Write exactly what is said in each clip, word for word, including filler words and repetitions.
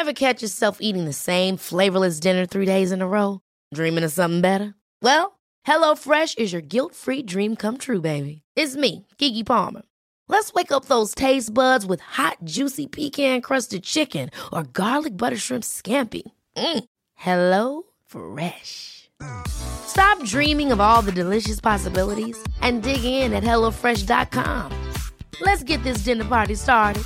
Ever catch yourself eating the same flavorless dinner three days in a row? Dreaming of something better? Well, HelloFresh is your guilt-free dream come true, baby. It's me, Keke Palmer. Let's wake up those taste buds with hot, juicy pecan-crusted chicken or garlic butter shrimp scampi. Mm. Hello Fresh. Stop dreaming of all the delicious possibilities and dig in at hello fresh dot com. Let's get this dinner party started.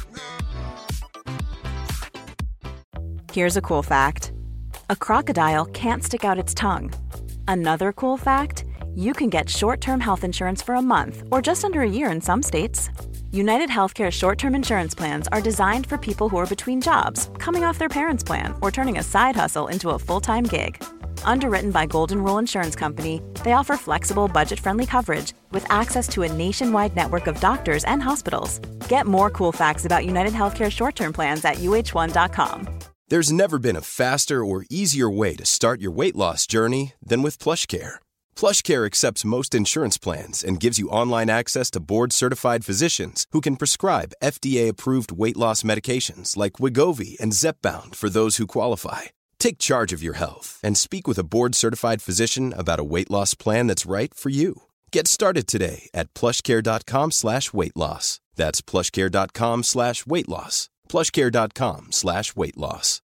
Here's a cool fact. A crocodile can't stick out its tongue. Another cool fact, you can get short-term health insurance for a month or just under a year in some states. United Healthcare short-term insurance plans are designed for people who are between jobs, coming off their parents' plan, or turning a side hustle into a full-time gig. Underwritten by Golden Rule Insurance Company, they offer flexible, budget-friendly coverage with access to a nationwide network of doctors and hospitals. Get more cool facts about United Healthcare short-term plans at U H one dot com. There's never been a faster or easier way to start your weight loss journey than with PlushCare. PlushCare accepts most insurance plans and gives you online access to board-certified physicians who can prescribe F D A-approved weight loss medications like Wegovy and Zepbound for those who qualify. Take charge of your health and speak with a board-certified physician about a weight loss plan that's right for you. Get started today at plushcare.com slash weight loss. That's plushcare.com slash weight loss. plushcare.com slash weight loss.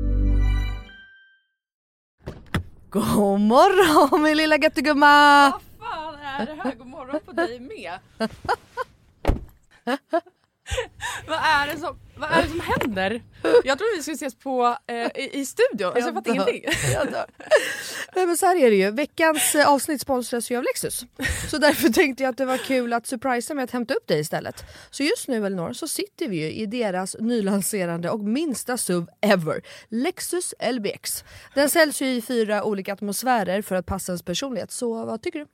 God morgon, min lilla göttegumma! Vad fan är det här? God morgon på dig med. Vad är det som, vad är det som händer? Jag tror vi ska ses på eh, i, i studion. Alltså, jag fattar ingenting. Jag dör. Nej, men så här är det ju. Veckans eh, avsnitt sponsras ju av Lexus. Så därför tänkte jag att det var kul att surprisa med att hämta upp dig istället. Så just nu, Elinor, så sitter vi ju i deras nylanserande och minsta S U V ever. Lexus L B X. Den säljs ju i fyra olika atmosfärer för att passa ens personlighet. Så vad tycker du?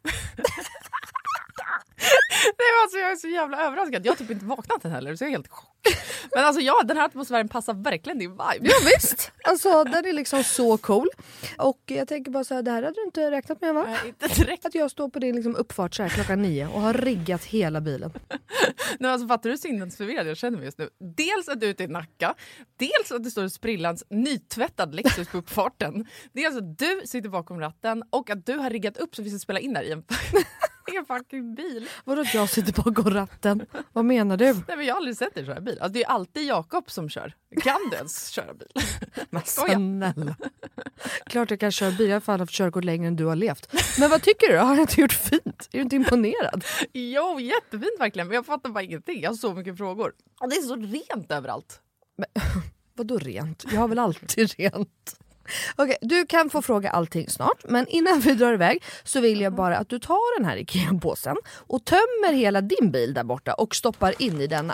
Nej, alltså, jag är så jävla överraskad. Jag har typ inte vaknat än heller, så jag är helt chock. Men alltså ja, den här atmosfären passar verkligen din vibe. Ja visst, alltså den är liksom så cool. Och jag tänker bara så här, det här hade du inte räknat med, va? Nej, inte direkt. Att jag står på din liksom uppfart så här klockan nio och har riggat hela bilen. Nej, alltså fattar du sinnesförvirrad jag känner mig just nu? Dels att du är ute i Nacka, dels att det står sprillans nytvättad Lexus på uppfarten. Dels att du sitter bakom ratten och att du har riggat upp så vi ska spela in där i en... en fucking bil. Vadå att jag sitter bakom ratten? Vad menar du? Nej, men jag har aldrig sett dig köra bil. Alltså, det är alltid Jakob som kör. Kan du ens köra bil? Men snälla. Klart jag kan köra bil. Jag har fan haft körkort längre än du har levt. Men vad tycker du? Har jag inte gjort fint? Är du inte imponerad? Jo, jättefint verkligen. Men jag fattar bara ingenting. Jag har så mycket frågor. Och det är så rent överallt. Men, vadå rent? Jag har väl alltid rent. Okej, du kan få fråga allting snart. Men innan vi drar iväg så vill jag bara att du tar den här IKEA-påsen och tömmer hela din bil där borta och stoppar in i denna.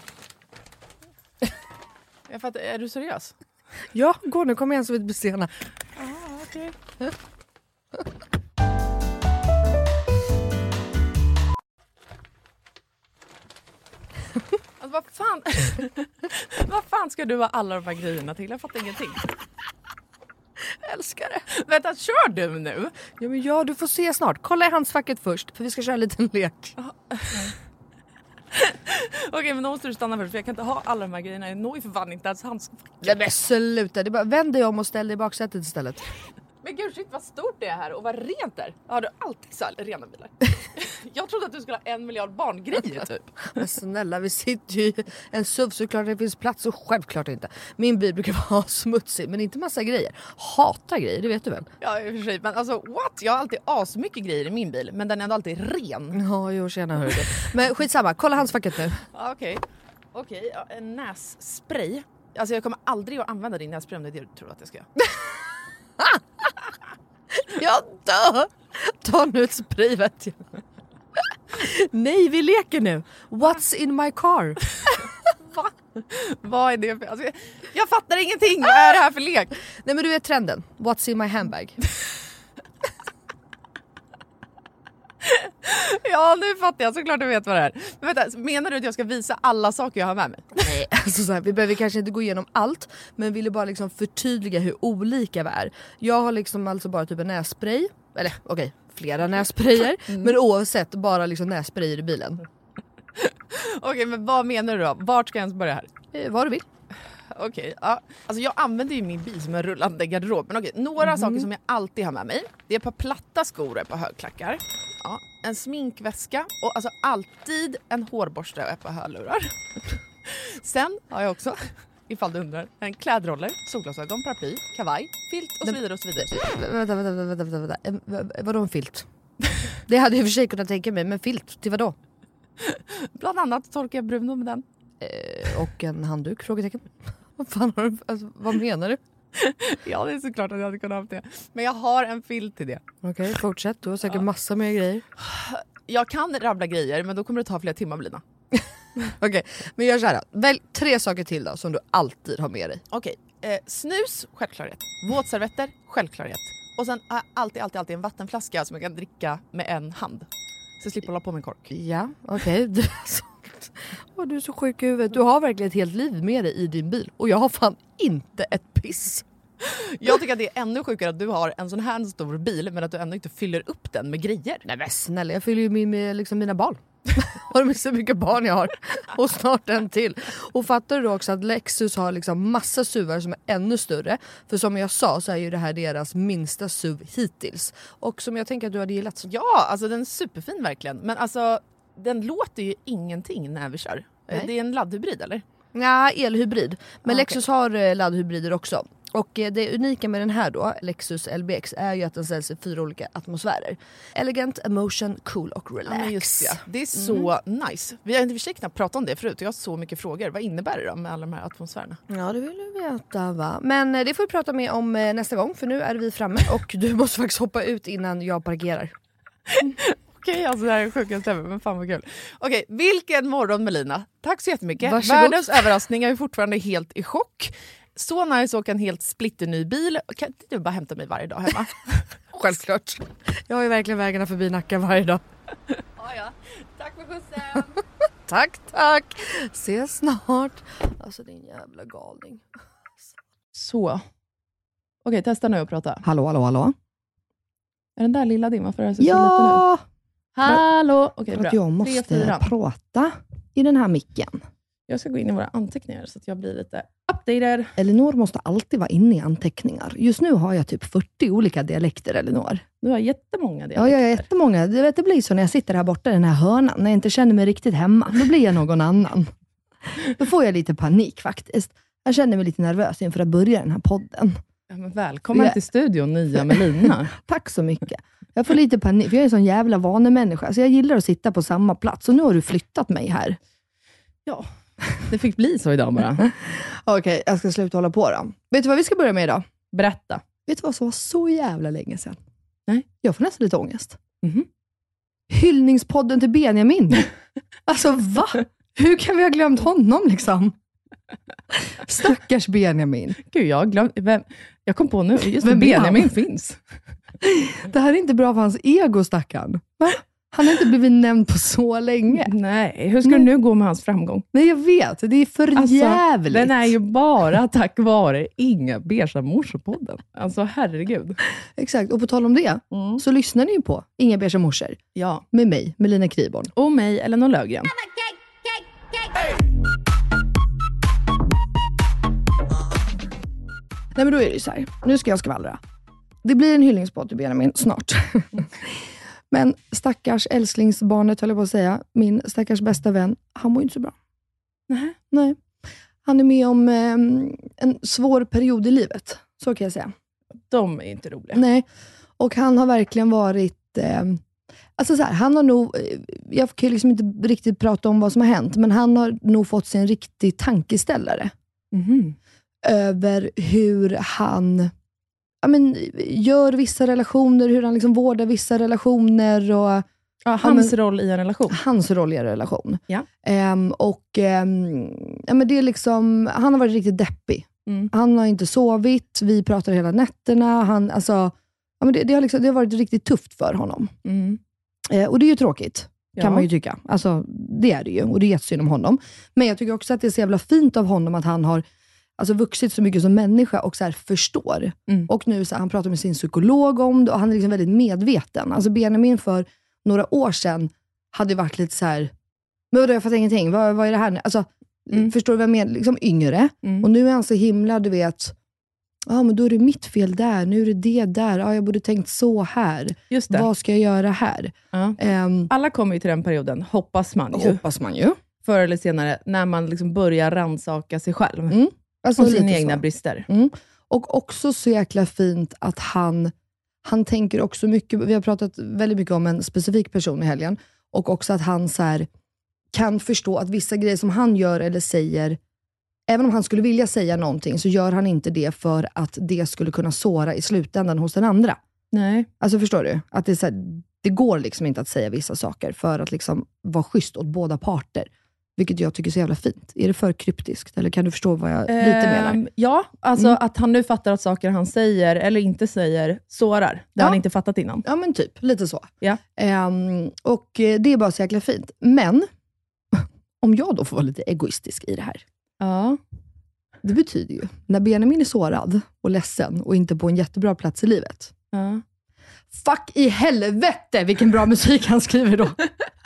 Jag fattar, är du seriös? Ja, gå nu, kom igen så vi blir sena. Ah, okej. Alltså vad fan vad fan ska du ha alla de här grejerna till? Jag fattar ingenting. Jag älskar det. Vänta, kör du nu? Ja, men ja, du får se snart. Kolla i handskfacket först, för vi ska köra en liten lek. Okej, men då måste du stanna först, för jag kan inte ha alla de här grejerna. Jag når ju för fan inte ens handskfacket. Ja, men sluta. Det är bara, vänd dig om och ställ dig i baksätet istället. Men gud, shit, vad stort det är här och vad rent det är. Har du alltid så här rena bilar? Jag trodde att du skulle ha en miljard barngrejer typ. Men snälla, vi sitter ju i en S U V, så klart det finns plats, och självklart inte. Min bil brukar vara smutsig, men inte massa grejer. Hatar grejer, det vet du väl? Ja, i och för sig. Men alltså, what? Jag har alltid asmycket grejer i min bil, men den är ändå alltid ren. Ja, jo, tjena, hör du. Men skitsamma, kolla handskfacket nu. Ja, okej. Okej, ja, en nässpray. Alltså jag kommer aldrig att använda din nässpray om det är det du tror att jag ska göra. Jag dör. Ta nu ett spray, vet jag. Nej, vi leker nu. What's in my car? Va? Vad är det för... Alltså, jag, jag fattar ingenting. Vad är det här för lek? Nej, men du vet trenden. What's in my handbag? Ja, nu fattar jag. Såklart du vet vad det är. Men vänta, menar du att jag ska visa alla saker jag har med mig? Nej, alltså så här, vi behöver kanske inte gå igenom allt, men ville bara liksom förtydliga hur olika vi är. Jag har liksom alltså bara typ en nässpray. Eller okej, okay, flera nässprayer. Mm. Men oavsett bara liksom nässprayer i bilen. Okej, okay, men vad menar du då? Vart ska jag ens börja här? Eh, vad du vill. Okej, okay, ja. Alltså jag använder ju min bil som en rullande garderob. Men okej, okay, några mm. saker som jag alltid har med mig. Det är ett par platta skor och ett par högklackar. Ja, en sminkväska och alltså alltid en hårborste och ett par hörlurar. Sen har jag också, ifall du undrar, en klädroller, solglasögon, paraply, kavaj, filt och så vidare och så vidare. Vänta, vänta, vänta, vänta, vänta. Vadå en filt? Det hade jag i och för sig kunnat tänka mig, men filt, till vadå? Bland annat torkar jag Bruno med den. Eh, och en handduk, frågetecken. Vad fan har du, alltså, vad menar du? Ja, det är såklart att jag hade kunnat ha det. Men jag har en filt till det. Okej, okay, fortsätt. Du har säkert ja. massa mer grejer. Jag kan rabbla grejer, men då kommer det ta flera timmar, Melina. Okej, okay, men gör så här då. Välj tre saker till då som du alltid har med dig. Okej, okay. eh, snus, självklarhet. Våtservetter, självklarhet. Och sen har jag alltid, alltid, alltid en vattenflaska som jag kan dricka med en hand. Så jag slipper hålla på med en kork. Ja, okej. Okay. Oh, du är så sjuk i huvudet. Du har verkligen ett helt liv med dig i din bil. Och jag har fan inte ett piss. Jag tycker att det är ännu sjukare att du har en sån här stor bil men att du ändå inte fyller upp den med grejer. Nej men snälla, jag fyller ju med, med liksom mina barn. Har du så mycket barn jag har? Och snart en till. Och fattar du också att Lexus har liksom massa S U V:ar som är ännu större. För som jag sa så är ju det här deras minsta S U V hittills. Och som jag tänker att du hade gillat. Ja, alltså den är superfin verkligen. Men alltså den låter ju ingenting när vi kör. Nej. Det är en laddhybrid eller? Ja, elhybrid. Men ah, Lexus okay. har laddhybrider också. Och det unika med den här då, Lexus L B X, är ju att den säljs i fyra olika atmosfärer. Elegant, emotion, cool och relax. Ja, just det. Det är så mm. nice. Vi har inte för knappt pratat om det förut och jag har så mycket frågor. Vad innebär det då med alla de här atmosfärerna? Ja, det vill du veta va. Men det får vi prata med om nästa gång för nu är vi framme och du måste faktiskt hoppa ut innan jag parkerar. Okej, okay, alltså det här är sjukast ever, men fan vad kul. Okej, okay, vilken morgon Melina. Tack så jättemycket. Varsågod. Världens överraskning, jag är fortfarande helt i chock. Så nice att åka en helt splitterny bil. Kan inte du bara hämta mig varje dag hemma? Självklart. Jag har ju verkligen vägarna förbi Nacka varje dag. Ja, ja. Tack för skjutsen. Tack, tack. Ses snart. Alltså din jävla galning. Så. Okej, okay, testa nu att prata. Hallå, hallå, hallå. Är den där lilla din? Varför är det så ja. lite nu? Hallå. Okej, okay, bra. Jag måste Tre, prata i den här micken. Jag ska gå in i våra anteckningar så att jag blir lite updated. Elinor måste alltid vara inne i anteckningar. Just nu har jag typ fyrtio olika dialekter, Elinor. Du har jättemånga dialekter. Ja, jag har jättemånga. Det, vet, det blir så när jag sitter här borta i den här hörnan. När jag inte känner mig riktigt hemma. Då blir jag någon annan. Då får jag lite panik faktiskt. Jag känner mig lite nervös inför att börja den här podden. Ja, men välkommen jag... till studion, nya Melina. Tack så mycket. Jag får lite panik, för jag är en sån jävla vanemänniska. Så jag gillar att sitta på samma plats. Och nu har du flyttat mig här. Ja, det fick bli så idag bara. Okej, okay, jag ska sluta hålla på då. Vet du vad vi ska börja med idag? Berätta. Vet du vad som var så jävla länge sedan? Nej. Jag får nästan lite ångest. Mm-hmm. Hyllningspodden till Benjamin. Alltså va? Hur kan vi ha glömt honom liksom? Stackars Benjamin. Gud, jag har glömt. Vem? Jag kom på nu, just det, Benjamin finns. Det här är inte bra för hans ego, stackarn. Va? Han har inte blivit nämnd på så länge. Nej, hur ska Nej. det nu gå med hans framgång? Nej, jag vet. Det är för alltså, jävligt. Den är ju bara tack vare Inga Beige morsor-podden. Alltså, herregud. Exakt, och på tal om det, mm. så lyssnar ni ju på Inga Beige morsor. Ja. Med mig, Melina Kriborn. Och mig, Elinor Löfgren. Nej, men då är det ju så här. Nu ska jag skvallra. Det blir en hyllningspodd till Benjamin snart. Men stackars älsklingsbarnet, höll jag på att säga, min stackars bästa vän, han mår inte så bra. Nej. Nej. Han är med om eh, en svår period i livet. Så kan jag säga. De är inte roliga. Nej. Och han har verkligen varit... Eh, alltså så här, han har nog... Jag kan liksom inte riktigt prata om vad som har hänt, men han har nog fått sig en riktig tankeställare. Mm. Över hur han... Ja, men, gör vissa relationer, hur han liksom vårdar vissa relationer. Och, ja, hans ja, men, roll i en relation. Hans roll i en relation. Ja. Um, och um, ja, men det är liksom, han har varit riktigt deppig. Mm. Han har inte sovit, vi pratar hela nätterna. Han, alltså, ja, men det, det, har liksom, det har varit riktigt tufft för honom. Mm. Uh, och det är ju tråkigt, ja. kan man ju tycka. Alltså, det är det ju, och det är jättesynd om honom. Men jag tycker också att det är så jävla fint av honom att han har alltså vuxit så mycket som människa och så här förstår. Mm. Och nu så här, han pratar med sin psykolog om det och han är liksom väldigt medveten. Alltså Benjamin för några år sedan hade varit lite så här, men vadå, jag fattar ingenting. Vad, vad är det här nu? Alltså, Mm. Förstår du vad jag menar? Liksom yngre. Mm. Och nu är han så himla, du vet... Ja, ah, men då är det mitt fel där. Nu är det det där. Ja, ah, jag borde tänkt så här. Just det. Vad ska jag göra här? Ja. Um, Alla kommer ju till den perioden, hoppas man ju. Hoppas man ju. Förr eller senare, när man liksom börjar rannsaka sig själv. Mm. Alltså och sina egna så. brister. Mm. Och också så jäkla fint att han, han tänker också mycket, vi har pratat väldigt mycket om en specifik person i helgen. Och också att han så här, kan förstå att vissa grejer som han gör eller säger, även om han skulle vilja säga någonting, så gör han inte det för att det skulle kunna såra i slutändan hos den andra. Nej. Alltså förstår du? Att det, är så här, det går liksom inte att säga vissa saker för att liksom vara schysst åt båda parter. Vilket jag tycker är så jävla fint. Är det för kryptiskt? Eller kan du förstå vad jag lite menar? Um, ja, alltså mm. att han nu fattar att saker han säger eller inte säger sårar. Det har ja. han inte fattat innan. Ja, men typ. Lite så. Ja. Um, och det är bara så jäkla fint. Men, om jag då får vara lite egoistisk i det här. Ja. Det betyder ju, när Benjamin är sårad och ledsen och inte på en jättebra plats i livet. Ja. Fuck i helvete, vilken bra musik han skriver då.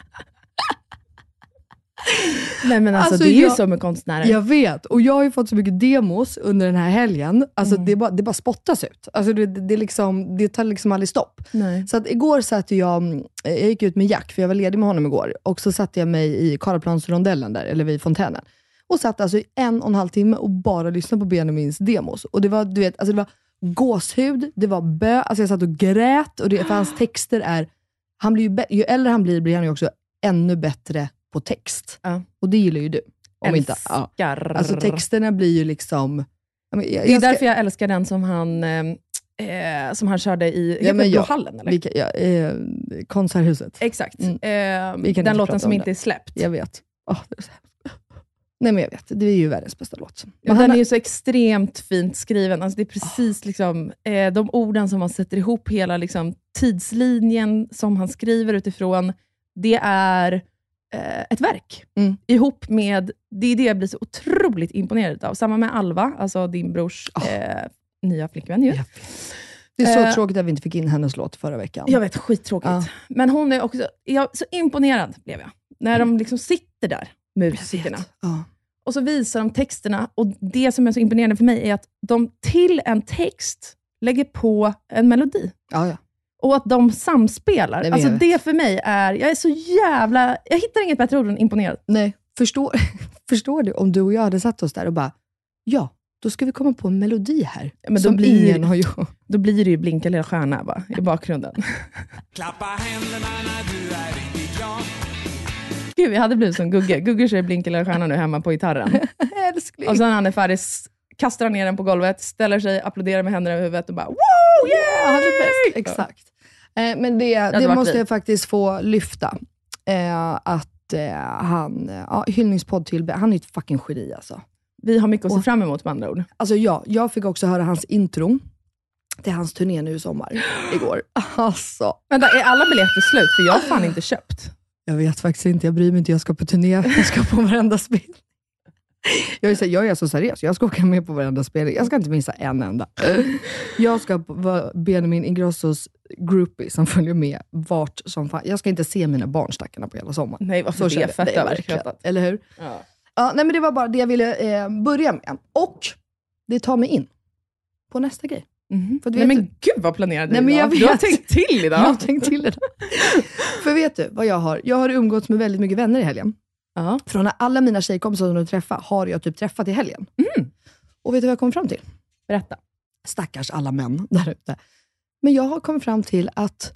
Nej, men alltså, alltså det är jag, ju så med konstnärer. Jag vet, och jag har ju fått så mycket demos under den här helgen. Alltså mm. det, bara, det bara spottas ut. Alltså det, det, liksom, det tar liksom aldrig stopp. Nej. Så att igår satt jag, jag gick ut med Jack, för jag var ledig med honom igår. Och så satt jag mig i Karlaplansrondellen där, eller vid fontänen. Och satt alltså i en och en halv timme och bara lyssnade på Benjamins demos. Och det var, du vet, alltså det var gåshud, det var bö, alltså jag satt och grät. Och det, för hans texter är, han blir ju, be, ju äldre han blir, blir han ju också ännu bättre på text. Ja. Och det gillar ju du. Om älskar. Inte, ja. Alltså texterna blir ju liksom... Jag, jag, det är ska... därför jag älskar den som han eh, som han körde i ja, men, ja, hallen, eller? Vilka, ja, eh, Konserthuset. Exakt. Mm. Eh, den låten som inte det. är släppt. Jag vet. Oh, det är så Nej, men jag vet. Det är ju världens bästa låt. Ja, den är ju så extremt fint skriven. Alltså det är precis oh. liksom, eh, de orden som man sätter ihop, hela liksom, tidslinjen som han skriver utifrån. Det är eh, ett verk. Mm. Ihop med, det är det jag blir så otroligt imponerad av. Samma med Alva, alltså din brors oh. eh, nya flickvän. Ju. Det är så eh, tråkigt att vi inte fick in hennes låt förra veckan. Jag vet, skittråkigt. Ja. Men hon är också, jag, så imponerad blev jag. När mm. de liksom sitter där, musikerna. Ja. Och så visar de texterna. Och det som är så imponerande för mig är att de till en text lägger på en melodi. Ja, ja. Och att de samspelar. Det alltså det för mig är, jag är så jävla, jag hittar inget bättre ord än imponerad. Nej, förstår, förstår du om du och jag hade satt oss där och bara, ja, då ska vi komma på en melodi här. Ja, men som då blir, ingen har gjort. Då blir det ju Blinka lilla stjärna va, i bakgrunden. Klappa händerna när du är riktigt glad. Gud, jag hade blivit som Gugge. Gugge kör Blinka lilla stjärna nu hemma på gitarren. Älskling. Och sen när han är färdig, kastar han ner den på golvet, ställer sig, applåderar med händerna över huvudet och bara, wow, yeah! Han är bäst. Exakt. Eh, men det, det, det måste vi. jag faktiskt få lyfta. Eh, att eh, han, ja, hyllningspodd till, han är ett fucking geni alltså. Vi har mycket att se fram emot med andra ord. Alltså ja, jag fick också höra hans intro till hans turné nu i sommar, igår. Alltså. Vänta, är alla biljetter slut? För jag har fan inte köpt. Jag vet faktiskt inte, jag bryr mig inte, jag ska på turné, jag ska på varenda spel. Jag är, så, jag är så seriös, jag ska åka med på varenda spel. Jag ska inte missa en enda. Jag ska vara Benjamin Ingrossos groupie som följer med vart som fan. Jag ska inte se mina barnstackarna på hela sommaren. Nej, varför så det är fett överskattat. Eller hur? Ja. Ja, nej, men det var bara det jag ville eh, börja med. Och det tar mig in på nästa grej. Mm-hmm. För nej, men gud vad planerade nej, men jag vet. Du har tänkt till idag. Jag har tänkt till idag. För vet du vad jag har? Jag har umgåtts med väldigt mycket vänner i helgen. Uh-huh. Från alla mina tjejkompisar som du träffar har jag typ träffat i helgen. Mm. Och vet du vad jag kom fram till? Berätta. Stackars alla män där ute. Men jag har kommit fram till att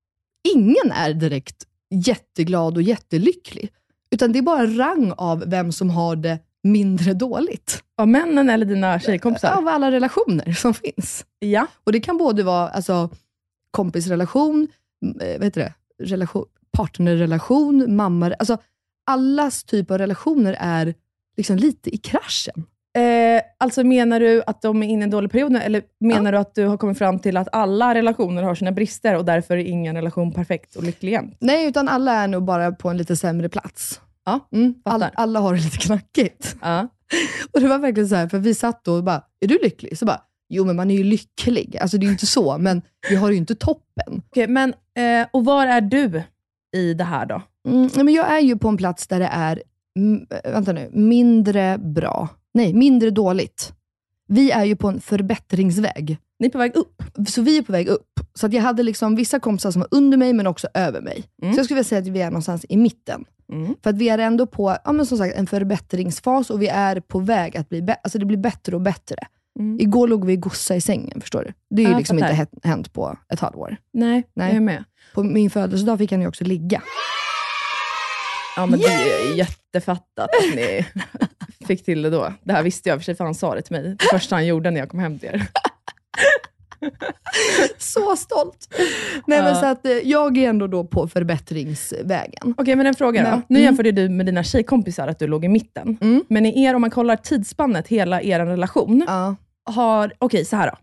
ingen är direkt jätteglad och jättelycklig. Utan det är bara rang av vem som har det mindre dåligt. Av männen eller dina tjejkompisar? Av alla relationer som finns. Ja. Och det kan både vara alltså, kompisrelation, vad heter det? Relation, partnerrelation, mammar. Alltså allas typ av relationer är liksom lite i kraschen. Eh, alltså menar du att de är inne i en dålig period? Eller menar ja. du att du har kommit fram till att alla relationer har sina brister och därför är ingen relation perfekt och lycklig jämt? Nej, utan alla är nog bara på en lite sämre plats. Ja, mm, all, alla har det lite knackigt. Ja. Och det var verkligen så här, för vi satt då och bara, är du lycklig? Så bara, jo men man är ju lycklig. Alltså det är ju inte så, men vi har ju inte toppen. Okej, men eh, och var är du i det här då? Mm, men jag är ju på en plats där det är m- vänta nu, mindre bra. Nej, mindre dåligt. Vi är ju på en förbättringsväg. Ni är på väg upp. Så vi är på väg upp. Så att jag hade liksom vissa kompisar som var under mig, men också över mig. Mm. Så jag skulle vilja säga att vi är någonstans i mitten. Mm. För att vi är ändå på, ja, men som sagt, en förbättringsfas, och vi är på väg att bli bättre. Alltså det blir bättre och bättre. Mm. Igår låg vi gossa i sängen, förstår du? Det är ju Ja, liksom fattar. inte hä- hänt på ett halvår. Nej, Nej. jag är med. På min födelsedag fick han ju också ligga. Ja, men det är jättefattat att ni fick till det då. Det här visste jag för sig, för han sa det till mig. Det första han gjorde när jag kom hem till er. Så stolt! Nej, Ja. men så att eh, jag är ändå då på förbättringsvägen. Okej, men en fråga Men- då. Nu mm. jämförde du med dina tjejkompisar att du låg i mitten. Mm. Men i er, om man kollar tidsspannet, hela er relation, Ja. har... Okej, så här då.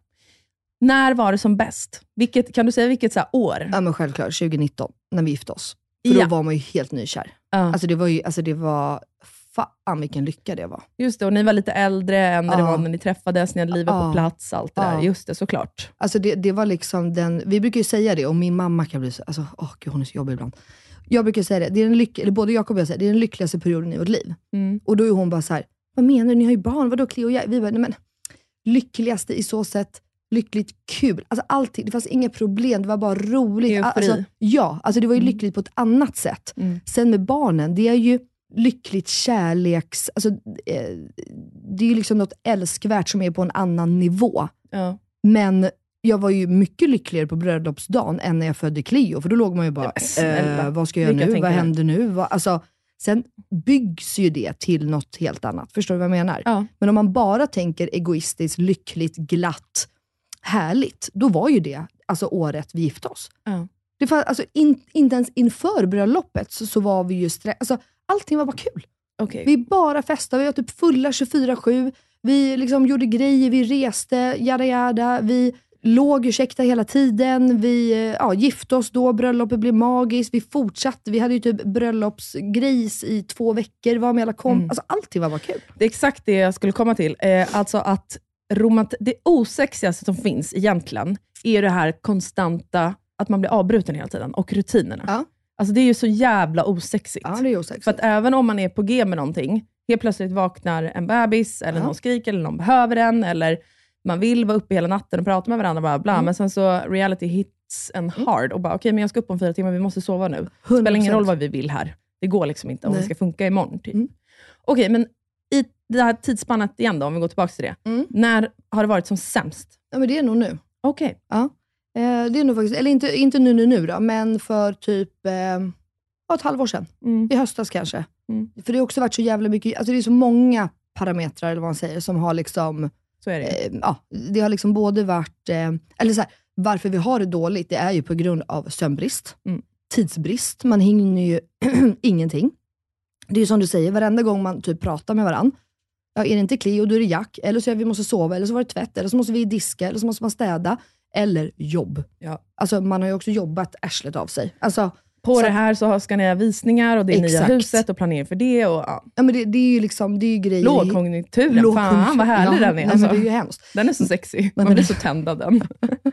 När var det som bäst? Vilket, kan du säga vilket så här år? Ja, men självklart, tjugonitton, när vi gifte oss. För Ja. då var man ju helt nykär. Ja. Alltså det var ju, alltså det var, fan vilken lycka det var. Just det, och ni var lite äldre än när det Ja. var när ni träffades, ni hade livet Ja. på plats, allt det där. Ja. Just det, såklart. Alltså det, det var liksom den, vi brukar ju säga det, och min mamma kan bli så, alltså åh gud, hon är så jobbig ibland. Jag brukar säga det, det är den lyck, eller både Jakob och jag säger, det är den lyckligaste perioden i vårt liv. Mm. Och då är hon bara så här: vad menar du, ni har ju barn, vadå Cleo och jag? Vi bara, nej men, lyckligaste i så sätt, lyckligt kul. Alltså allting, det fanns inga problem, det var bara roligt. Eufori. Alltså, ja, alltså det var ju lyckligt på ett annat sätt. Mm. Sen med barnen, det är ju lyckligt kärleks... Alltså, eh, det är ju liksom något älskvärt som är på en annan nivå. Ja. Men jag var ju mycket lyckligare på bröllopsdagen än när jag födde Cleo. För då låg man ju bara, Ja, men snälla. eh, vad ska jag göra Vilka nu? tänker Vad jag? händer nu? Vad, alltså, sen byggs ju det till något helt annat. Förstår du vad jag menar? Ja. Men om man bara tänker egoistiskt, lyckligt, glatt, härligt. Då var ju det alltså året vi gifte oss. Ja. Det fann, alltså, in, inte ens inför bröllopet så, så var vi ju strä- alltså, allting var bara kul. Okej. Vi bara festade, vi var typ fulla tjugofyra sju. Vi liksom gjorde grejer, vi reste, jada jada. Vi låg ursäkta hela tiden. Vi eh, ja, gifte oss då, bröllopet blev magiskt. Vi fortsatte, vi hade ju typ bröllopsgris i två veckor. Var med alla kom. Mm. Alltså allting var bara kul. Det är exakt det jag skulle komma till. Eh, alltså att romant- det osexigaste som finns egentligen är det här konstanta, att man blir avbruten hela tiden, och rutinerna. Ja. Alltså det är ju så jävla osexigt. Ja, det är osexigt. För att även om man är på G med någonting, helt plötsligt vaknar en bebis, eller Ja. någon skriker, eller någon behöver den, eller man vill vara uppe hela natten och prata med varandra, bla, bla, Mm. men sen så reality hits en hard, och bara okej, men jag ska upp om fyra timmar, vi måste sova nu. Det hundra spelar ingen procent. roll vad vi vill här. Det går liksom inte om Nej. det ska funka imorgon. Typ. Mm. Okej, men i det här tidsspannet igen då, om vi går tillbaka till det. Mm. När har det varit som sämst? Ja, men det är nog nu. Okej. Ja. Eh, det är nog faktiskt, eller inte, inte nu, nu, nu då, men för typ eh, ja, ett halvår sedan. Mm. I höstas kanske. Mm. För det har också varit så jävla mycket, alltså det är så många parametrar, eller vad man säger, som har liksom, Så är det. eh, ja, det har liksom både varit, eh, eller så här, varför vi har det dåligt, det är ju på grund av sömnbrist, Mm. tidsbrist, man hinner ju ingenting. Det är ju som du säger, varenda gång man typ pratar med varandra, ja, är det inte Cleo, då är det Jack, eller så är vi måste sova, eller så var det tvätt, eller så måste vi diska, eller så måste man städa, eller jobb. Ja. Alltså man har ju också jobbat arslet av sig. Alltså, På så det att- här så ska ni ha visningar, och det är nya Exakt. huset och planering för det. Och, ja. ja, men det, det är ju liksom, det är ju grejer. Lågkonjunkturen, fan vad härlig ja, den är. nej, Alltså. men det är ju hemskt. Den är så sexig. Man men- blir så tänd av den.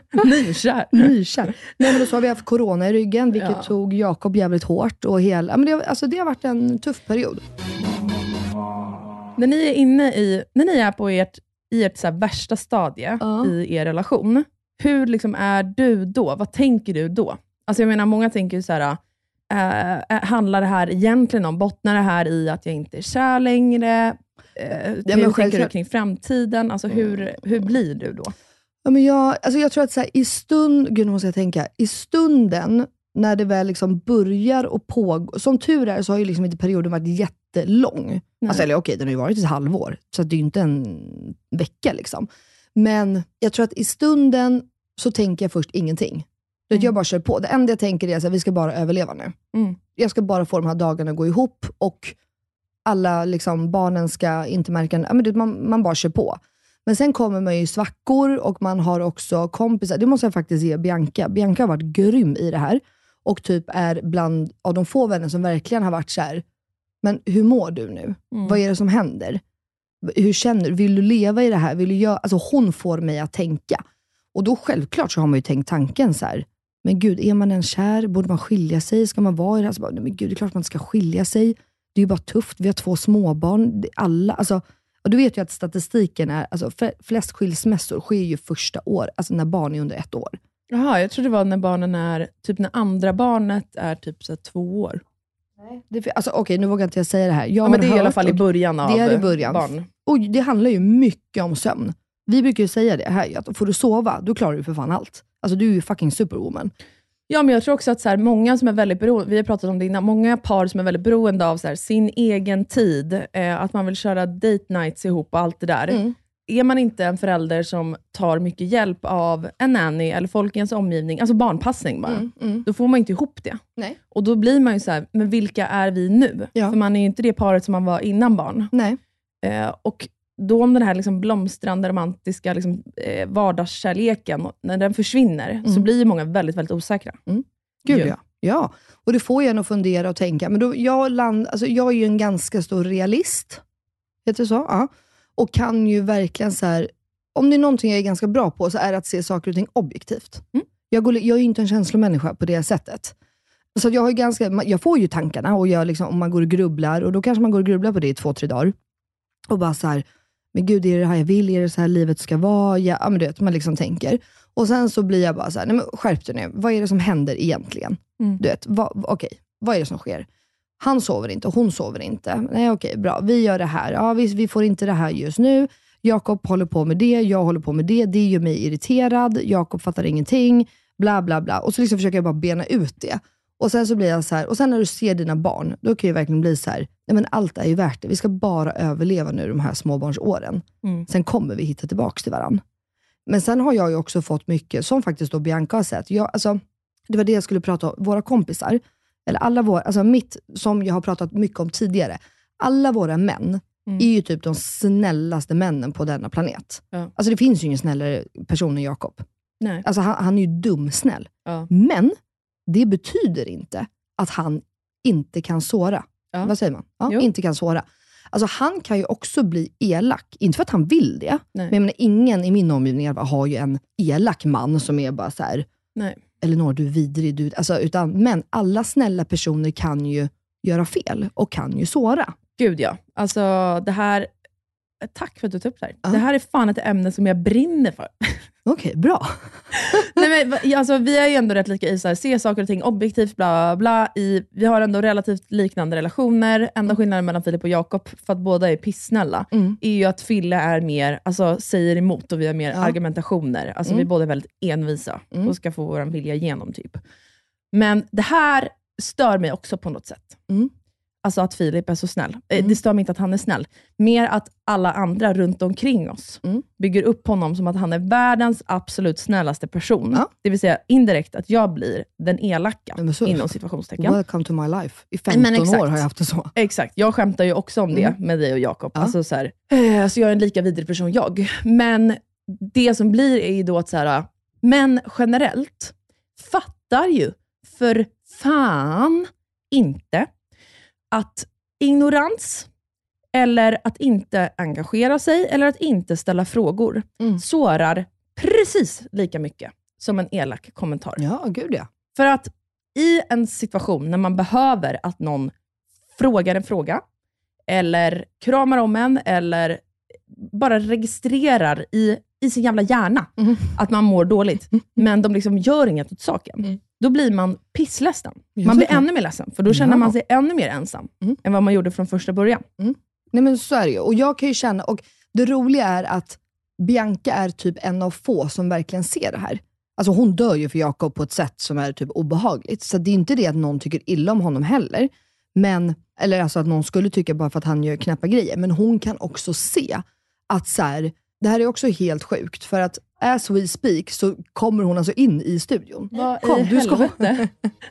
Nykär. Nykär. Nej, men då så har vi haft corona i ryggen, vilket Ja. tog Jakob jävligt hårt. Och hela, ja, men det, har- alltså, det har varit en tuff period. När ni är inne i, när ni är på ert, i ert så här värsta stadie Ja. i er relation, hur liksom är du då? Vad tänker du då? Alltså jag menar, många tänker ju så här, äh, handlar det här egentligen om, bottnar det här i att jag inte är kär längre? Äh, hur men tänker du självklart. kring framtiden? Alltså hur, hur blir du då? Ja, men jag, alltså jag tror att så här, i stund, gud nu måste jag tänka, i stunden när det väl liksom börjar och pågå, som tur är så har ju liksom inte perioden varit jättelång. Alltså, eller okej, den har ju varit ett halvår, så att det är ju inte en vecka liksom. Men jag tror att i stunden så tänker jag först ingenting. Mm. Jag bara kör på. Det enda jag tänker är att vi ska bara överleva nu. Mm. Jag ska bara få de här dagarna att gå ihop, och alla liksom, barnen ska inte märka, ja, men det, man, man bara kör på. Men sen kommer man ju i svackor, och man har också kompisar. Det måste jag faktiskt ge Bianca. Bianca har varit grym i det här. Och typ är bland av de få vänner som verkligen har varit så här: men hur mår du nu? Mm. Vad är det som händer? Hur känner du? Vill du leva i det här? Vill du göra? Alltså hon får mig att tänka. Och då självklart så har man ju tänkt tanken så här: men gud, är man en kär? Borde man skilja sig? Ska man vara i det här? Så bara, nej, men gud, det är klart man ska skilja sig. Det är ju bara tufft. Vi har två småbarn. Alla, alltså, och du vet ju att statistiken är, alltså flest skilsmässor sker ju första år, alltså när barn är under ett år. Jaha, jag tror det var när barnen är, typ när andra barnet är typ så här, två år. Det, alltså, Okej, okay, nu vågar inte jag säga det här. Jag ja, men det är i alla fall i början av det är i början. barn. Och det handlar ju mycket om sömn. Vi brukar ju säga det här, att får du sova, då klarar du för fan allt. Alltså du är ju fucking superwoman. Ja, men jag tror också att så här, många som är väldigt beroende, vi har pratat om det innan, många par som är väldigt beroende av så här, sin egen tid, eh, att man vill köra date nights ihop och allt det där. Mm. Är man inte en förälder som tar mycket hjälp av en nanny eller folk i ens omgivning, alltså barnpassning bara, mm, mm. då får man inte ihop det. Nej. Och då blir man ju så här, men vilka är vi nu? Ja. För man är ju inte det paret som man var innan barn. Nej. Eh, och då om den här liksom blomstrande, romantiska liksom, eh, vardagskärleken, när den försvinner, mm. så blir ju många väldigt, väldigt osäkra. Mm. Gud ja. ja. Och det får ju en att fundera och tänka. Men då, jag, land, alltså, jag är ju en ganska stor realist. Heter det så? Ja. Och kan ju verkligen så här, om det är någonting jag är ganska bra på, så är det att se saker och ting objektivt. Mm. Jag, går, jag är ju inte en känslomänniska på det sättet. Så jag, har ju ganska, jag får ju tankarna, och jag liksom, om man går och grubblar, och då kanske man går och grubblar på det i två, tre dagar. Och bara så här, men gud, är det här jag vill? Är det så här livet ska vara? Ja, ja men du vet, man liksom tänker. Och sen så blir jag bara så här, nej men skärp dig nu. Vad är det som händer egentligen? Mm. Du vet, va, okej, okay, vad är det som sker? Han sover inte och hon sover inte. Nej okej, okay, bra. Vi gör det här. Ja, vi, vi får inte det här just nu. Jakob håller på med det. Jag håller på med det. Det gör mig irriterad. Jakob fattar ingenting. Bla bla bla. Och så liksom försöker jag bara bena ut det. Och sen så blir jag så här. Och sen när du ser dina barn, då kan ju verkligen bli så här. Nej men allt är ju värt det. Vi ska bara överleva nu de här småbarnsåren. Mm. Sen kommer vi hitta tillbaka till varandra. Men sen har jag ju också fått mycket, som faktiskt då Bianca har sett. Jag, alltså, det var det jag skulle prata om. Våra kompisar. Eller alla våra, alltså mitt, som jag har pratat mycket om tidigare. Alla våra män mm. är ju typ de snällaste männen på denna planet. Ja. Alltså det finns ju ingen snällare person än Jakob. Nej. Alltså han, han är ju dumsnäll. Ja. Men det betyder inte att han inte kan såra. Ja. Vad säger man? Ja, inte kan såra. Alltså han kan ju också bli elak. Inte för att han vill det. Nej. Men jag menar, ingen i min omgivning har ju en elak man som är bara så här. Nej. Elinor, du är vidrig. Du, alltså, utan, men alla snälla personer kan ju göra fel och kan ju såra. Gud ja. Alltså det här, tack för att du tog upp det här. Ja. Det här är fan ett ämne som jag brinner för. Okej, okay, bra. Nej, men, alltså, vi är ju ändå rätt lika i så här, se saker och ting objektivt, bla bla. I, vi har ändå relativt liknande relationer. Enda skillnaden mellan Filip och Jakob, för att båda är pissnälla, mm. är ju att Fille är mer, alltså säger emot, och vi har mer ja. argumentationer. Alltså mm. vi båda är väldigt envisa mm. och ska få vår vilja igenom typ. Men det här stör mig också på något sätt. Mm. Alltså att Filip är så snäll. Mm. Det stör mig inte att han är snäll. Mer att alla andra runt omkring oss mm. bygger upp honom som att han är världens absolut snällaste person. Ja. Det vill säga indirekt att jag blir den elaka så, inom situationstecken. Welcome to my life. I femton år har jag haft det så. Exakt. Jag skämtar ju också om det mm. med dig och Jakob. Ja. Alltså, så här, eh, så jag är en lika vidrig person jag. Men det som blir är ju då att så här, men generellt fattar ju för fan inte att ignorans eller att inte engagera sig eller att inte ställa frågor mm. sårar precis lika mycket som en elak kommentar. Ja, gud ja. För att i en situation när man behöver att någon frågar en fråga eller kramar om en eller bara registrerar i, i sin jävla hjärna mm. att man mår dåligt, mm. men de liksom gör inget åt saken. Mm. Då blir man pissledsen. Man blir ännu mer ledsen. För då känner ja. man sig ännu mer ensam mm. än vad man gjorde från första början. Mm. Nej men så är det ju. Och jag kan ju känna, och det roliga är att Bianca är typ en av få som verkligen ser det här. Alltså hon dör ju för Jakob på ett sätt som är typ obehagligt. Så det är inte det att någon tycker illa om honom heller. Men, eller alltså att någon skulle tycka bara för att han gör knäppa grejer. Men hon kan också se att så här, det här är också helt sjukt. För att as we speak så kommer hon alltså in i studion. Vad Kom, i du ska helvete?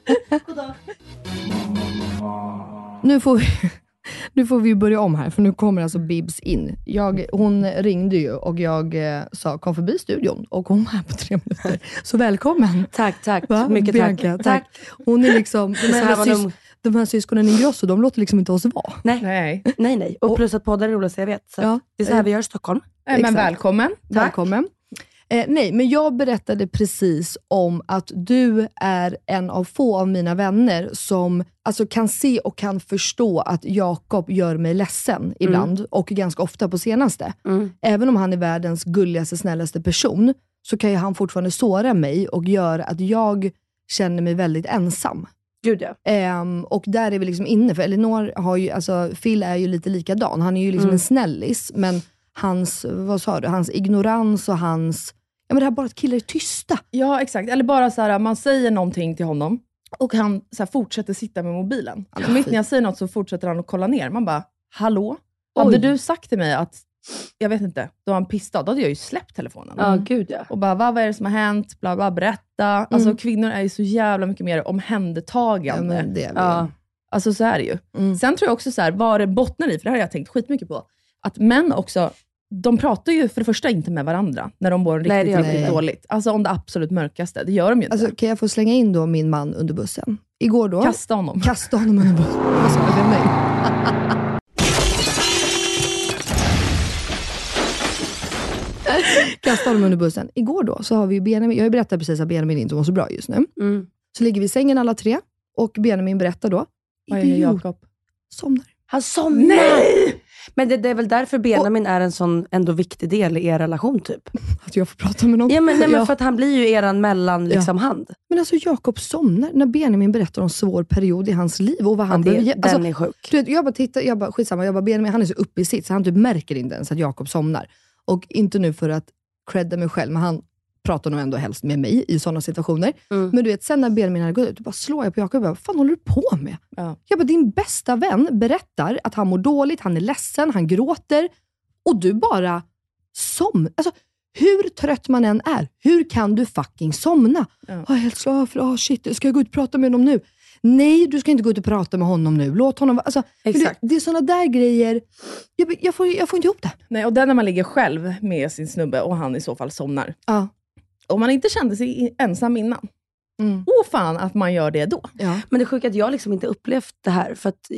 nu får vi Nu får vi börja om här, för nu kommer alltså Bibs in. Jag, hon ringde ju och jag eh, sa, kom förbi studion. Och hon var här på tre minuter. Så välkommen. Tack, tack. Va? Mycket Bianca, tack. tack. Hon är liksom, de här, sys- de... de här syskonen Ingrosso, de låter liksom inte oss vara. Nej, nej, nej. nej. Och plus att poddar är roligast jag vet. Så ja. Det är så här vi gör i Stockholm. Nej, men välkommen. Tack. Välkommen. Eh, nej, men jag berättade precis om att du är en av få av mina vänner som alltså, kan se och kan förstå att Jakob gör mig ledsen ibland. Mm. Och ganska ofta på senaste. Mm. Även om han är världens gulligaste, snällaste person, så kan ju han fortfarande såra mig och göra att jag känner mig väldigt ensam. Gud ja. Um, och där är vi liksom inne, för Elinor har ju, alltså Phil är ju lite likadan. Han är ju liksom mm. en snällis, men hans, vad sa du, hans ignorans och hans, ja men det här bara att killar är tysta. Ja exakt, eller bara så här, man säger någonting till honom och han så här, fortsätter sitta med mobilen. Alltså, mitt när jag säger något så fortsätter han att kolla ner. Man bara, hallå? Oj. Hade du sagt till mig att, jag vet inte, då var han pissad, då hade jag ju släppt telefonen. Ja, mm. gud ja. Och bara, vad är det som har hänt? Bla bla, berätta. Mm. Alltså kvinnor är ju så jävla mycket mer omhändertagande. Ja, men det är ja. Alltså så är det ju. Mm. Sen tror jag också så här, vad det bottnar i, för det har jag tänkt skitmycket på. Att män också, de pratar ju för det första inte med varandra när de mår riktigt, nej, riktigt nej. dåligt. Alltså om det absolut mörkaste, det gör de ju inte. Alltså kan jag få slänga in då min man under bussen? Igår då? Kasta honom. Kasta honom under bussen. Vad sa jag? Nej. Kasta honom under bussen. Igår då så har vi Benjamin, jag har ju berättat precis att Benjamin inte mår så bra just nu. Mm. Så ligger vi i sängen alla tre och Benjamin berättar då. Vad är Jakob? Somnar. Han somnar! Nej! Men det, det är väl därför Benjamin och, är en sån ändå viktig del i er relation typ. Att jag får prata med någon. Ja men, nej, men för att han blir ju eran mellan liksom, ja. hand. Men alltså Jakob somnar när Benjamin berättar om svår period i hans liv och vad han ja, det, behöver. Alltså, den är sjuk. Du vet, jag bara tittar, jag bara skitsamma, jag bara Benjamin, han är så uppe i sitt så han typ märker inte ens att Jakob somnar. Och inte nu för att credda mig själv, men han pratar nog ändå helst med mig i sådana situationer. Mm. Men du vet, sen när Benjamin hade gått ut, bara slår jag på Jakob och bara, vad fan håller du på med? Ja. Jag bara, din bästa vän berättar att han mår dåligt, han är ledsen, han gråter. Och du bara som, alltså hur trött man än är, hur kan du fucking somna? Ja. Jag är helt slö för, oh shit, ska jag gå ut och prata med honom nu? Nej, du ska inte gå ut och prata med honom nu. Låt honom, alltså, det, det är såna där grejer. Jag, jag, får, jag får inte ihop det. Nej, och den när man ligger själv med sin snubbe och han i så fall somnar. Ja. Om man inte kände sig ensam innan. Mm. Åh fan att man gör det då. Ja. Men det är sjukt att jag liksom inte upplevt det här. För att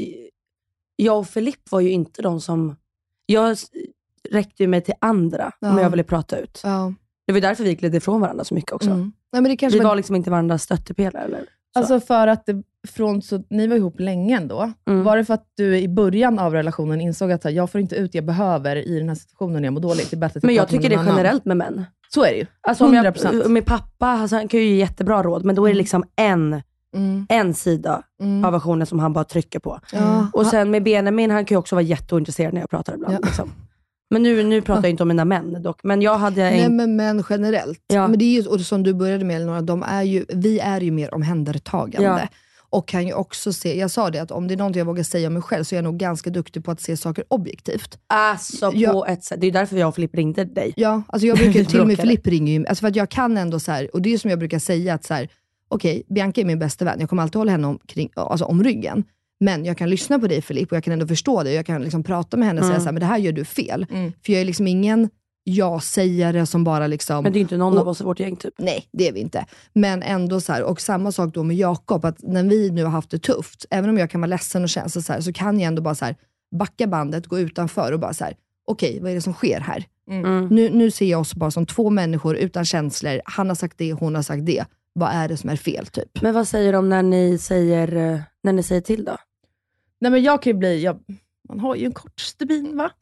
jag och Filip var ju inte de som... Jag räckte ju mig till andra ja. om jag ville prata ut. Ja. Det var därför vi gled ifrån varandra så mycket också. Mm. Nej, men det kanske vi var... var liksom inte varandras stöttepelare eller så. Alltså för att det, från så ni var ihop länge ändå. Mm. Var det för att du i början av relationen insåg att jag får inte ut det jag behöver i den här situationen när jag mår dåligt? Det är bättre att men jag tycker det är generellt med män. Så är det ju. Alltså om jag, min pappa, alltså, han kan ju ge jättebra råd, men då är det liksom en, mm. en sida mm. av versionen som han bara trycker på. Mm. Och sen med Benjamin, han kan ju också vara jätteointresserad när jag pratar ibland. Ja. Liksom. Men nu, nu pratar jag inte om mina män dock. Men jag hade en... Nej, men män generellt. Ja. Men det är ju, och som du började med, Elinor, de är ju, vi är ju mer omhändertagande. Ja. Och kan ju också se, jag sa det att om det är något jag vågar säga om mig själv så är jag nog ganska duktig på att se saker objektivt. Alltså på jag, ett sätt, det är därför jag och Filip ringde dig. Ja, alltså jag brukar till och med Filip ringer ju, alltså för att jag kan ändå så här, och det är ju som jag brukar säga att så här, okej, okay, Bianca är min bästa vän, jag kommer alltid hålla henne om, kring, alltså om ryggen. Men jag kan lyssna på dig Filip och jag kan ändå förstå dig. Jag kan liksom prata med henne och mm. säga så här, men det här gör du fel. Mm. För jag är liksom ingen ja-sägare som bara liksom... Men det är inte någon och, av oss i vårt gäng typ. Nej, det är vi inte. Men ändå så här, och samma sak då med Jakob, att när vi nu har haft det tufft, även om jag kan vara ledsen och känna så här, så kan jag ändå bara så här, backa bandet, gå utanför och bara så här, okej, okay, vad är det som sker här? Mm. Nu, nu ser jag oss bara som två människor utan känslor. Han har sagt det, hon har sagt det. Vad är det som är fel typ? Men vad säger de när ni säger, när ni säger till då? Nej men jag kan ju bli, jag, man har ju en kort stubin va?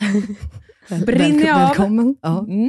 Brinner jag av. Välkommen. Ja. Mm.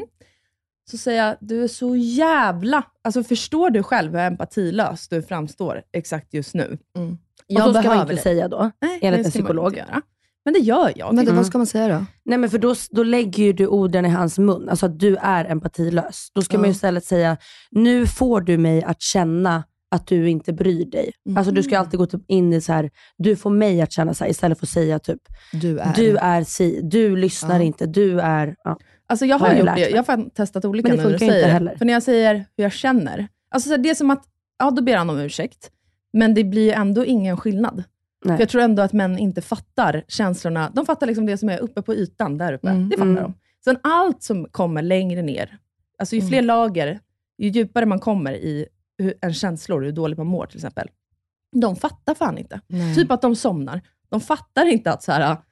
Så säger jag, du är så jävla, alltså förstår du själv hur empatilös du framstår exakt just nu? Mm. Jag och så ska man inte det. säga då, nej, enligt en psykolog. Men det gör jag. Men det, mm. vad ska man säga då? Nej men för då, då lägger ju du orden i hans mun. Alltså att du är empatilös. Då ska mm. man ju istället säga, nu får du mig att känna att du inte bryr dig. Mm. Alltså du ska alltid gå typ in i så här, du får mig att känna så här, istället för att säga typ, du är, du är si, du lyssnar ja. inte, du är... Ja. Alltså jag har, har gjort det, jag har testat olika men det när du säger inte heller. För när jag säger hur jag känner, alltså så här, det är som att, ja då ber han om ursäkt, men det blir ändå ingen skillnad. För jag tror ändå att män inte fattar känslorna. De fattar liksom det som är uppe på ytan där uppe. Mm. Det fattar mm. de. Sen allt som kommer längre ner. Alltså ju fler mm. lager, ju djupare man kommer i hur en känslor, hur dåligt man mår till exempel. De fattar fan inte. Nej. Typ att de somnar. De fattar inte att så här,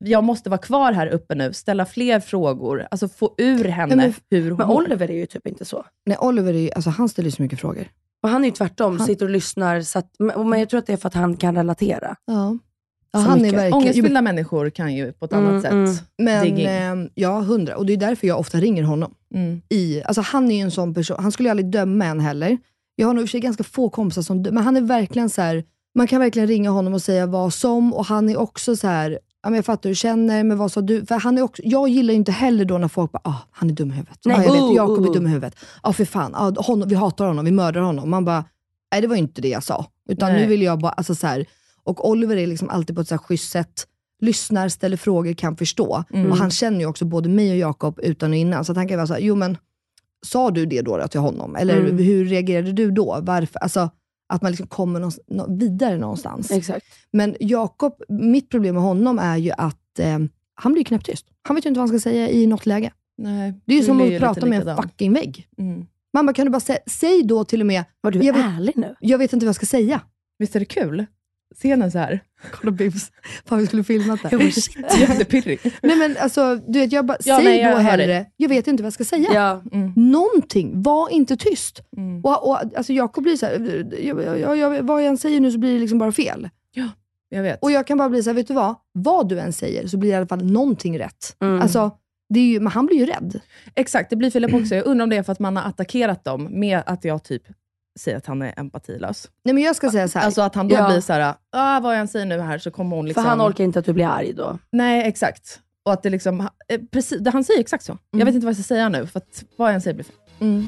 jag måste vara kvar här uppe nu, ställa fler frågor, alltså få ur henne Nej, men, hur hon Men mår. Oliver är ju typ inte så. Nej, Oliver är ju, alltså han ställer så mycket frågor. Och han är ju tvärtom, Han- sitter och lyssnar. Så att, men men jag tror att det är för att han kan relatera. Ja. Ja, Så han är mycket. verkligen... Ångestfyllda människor kan ju på ett Mm, annat sätt. mm. Men Dig in. eh, ja, hundra. Och det är därför jag ofta ringer honom. Mm. I, alltså han är ju en sån person, han skulle ju aldrig döma en heller. Jag har nog i och för sig ganska få kompisar som dömer, men han är verkligen så här. Man kan verkligen ringa honom och säga vad som, och han är också så här. Ja, men jag fattar hur du känner, men vad sa du? För han är också, jag gillar ju inte heller då när folk bara, ah, han är dum i huvudet. Nej, ah, jag vet, oh, Jakob oh. är dum i huvudet. Ja, ah, för fan. Ah, honom, vi hatar honom, vi mördar honom. Man bara, nej det var ju inte det jag sa. Utan Nej. nu vill jag bara, alltså så här. Och Oliver är liksom alltid på ett så här schysst sätt. Lyssnar, ställer frågor, kan förstå. Mm. Och han känner ju också både mig och Jakob utan och innan. Så att han kan vara så här, jo men, sa du det då, då till honom? Eller Mm. hur reagerade du då? Varför? Alltså, att man liksom kommer någonstans, nå- vidare någonstans. Exakt. Men Jakob, mitt problem med honom är ju att eh, han blir knäpptyst. Han vet ju inte vad han ska säga i något läge. Nej, Det är ju som Julie att är prata lite med en likadan. fucking vägg. Mm. Man bara, kan du bara säga, säg då till och med, Var du Jag vet- ärlig nu? jag vet inte vad jag ska säga. Visst är det kul? Scenen så här. Kolla Bibs. Fan, vi skulle filmat det. Oh, shit. Jättepirrig. Nej men alltså, du vet, jag bara, Ja, säg nej, jag då hör hellre, dig. jag vet inte vad jag ska säga. Ja. Mm. Någonting, var inte tyst. Mm. Och, och alltså Jakob blir så här, jag, jag, jag, vad jag än säger nu så blir det liksom bara fel. Jag vet. Och jag kan bara bli så här, vet du vad? Vad du än säger så blir det i alla fall någonting rätt. Mm. Alltså, det är ju, men han blir ju rädd. Exakt, det blir Filip också. Jag undrar om det är för att man har attackerat dem med att jag typ säger att han är empatilös. Nej men jag ska säga så här. Alltså att han då Ja. blir så här, ah, vad jag än säger nu här så kommer hon liksom... För han orkar inte att du blir arg då. Nej, exakt. Och att det liksom, eh, precis, det han säger exakt så. Jag vet inte vad jag ska säga nu, för att vad jag än säger blir fel. Mm.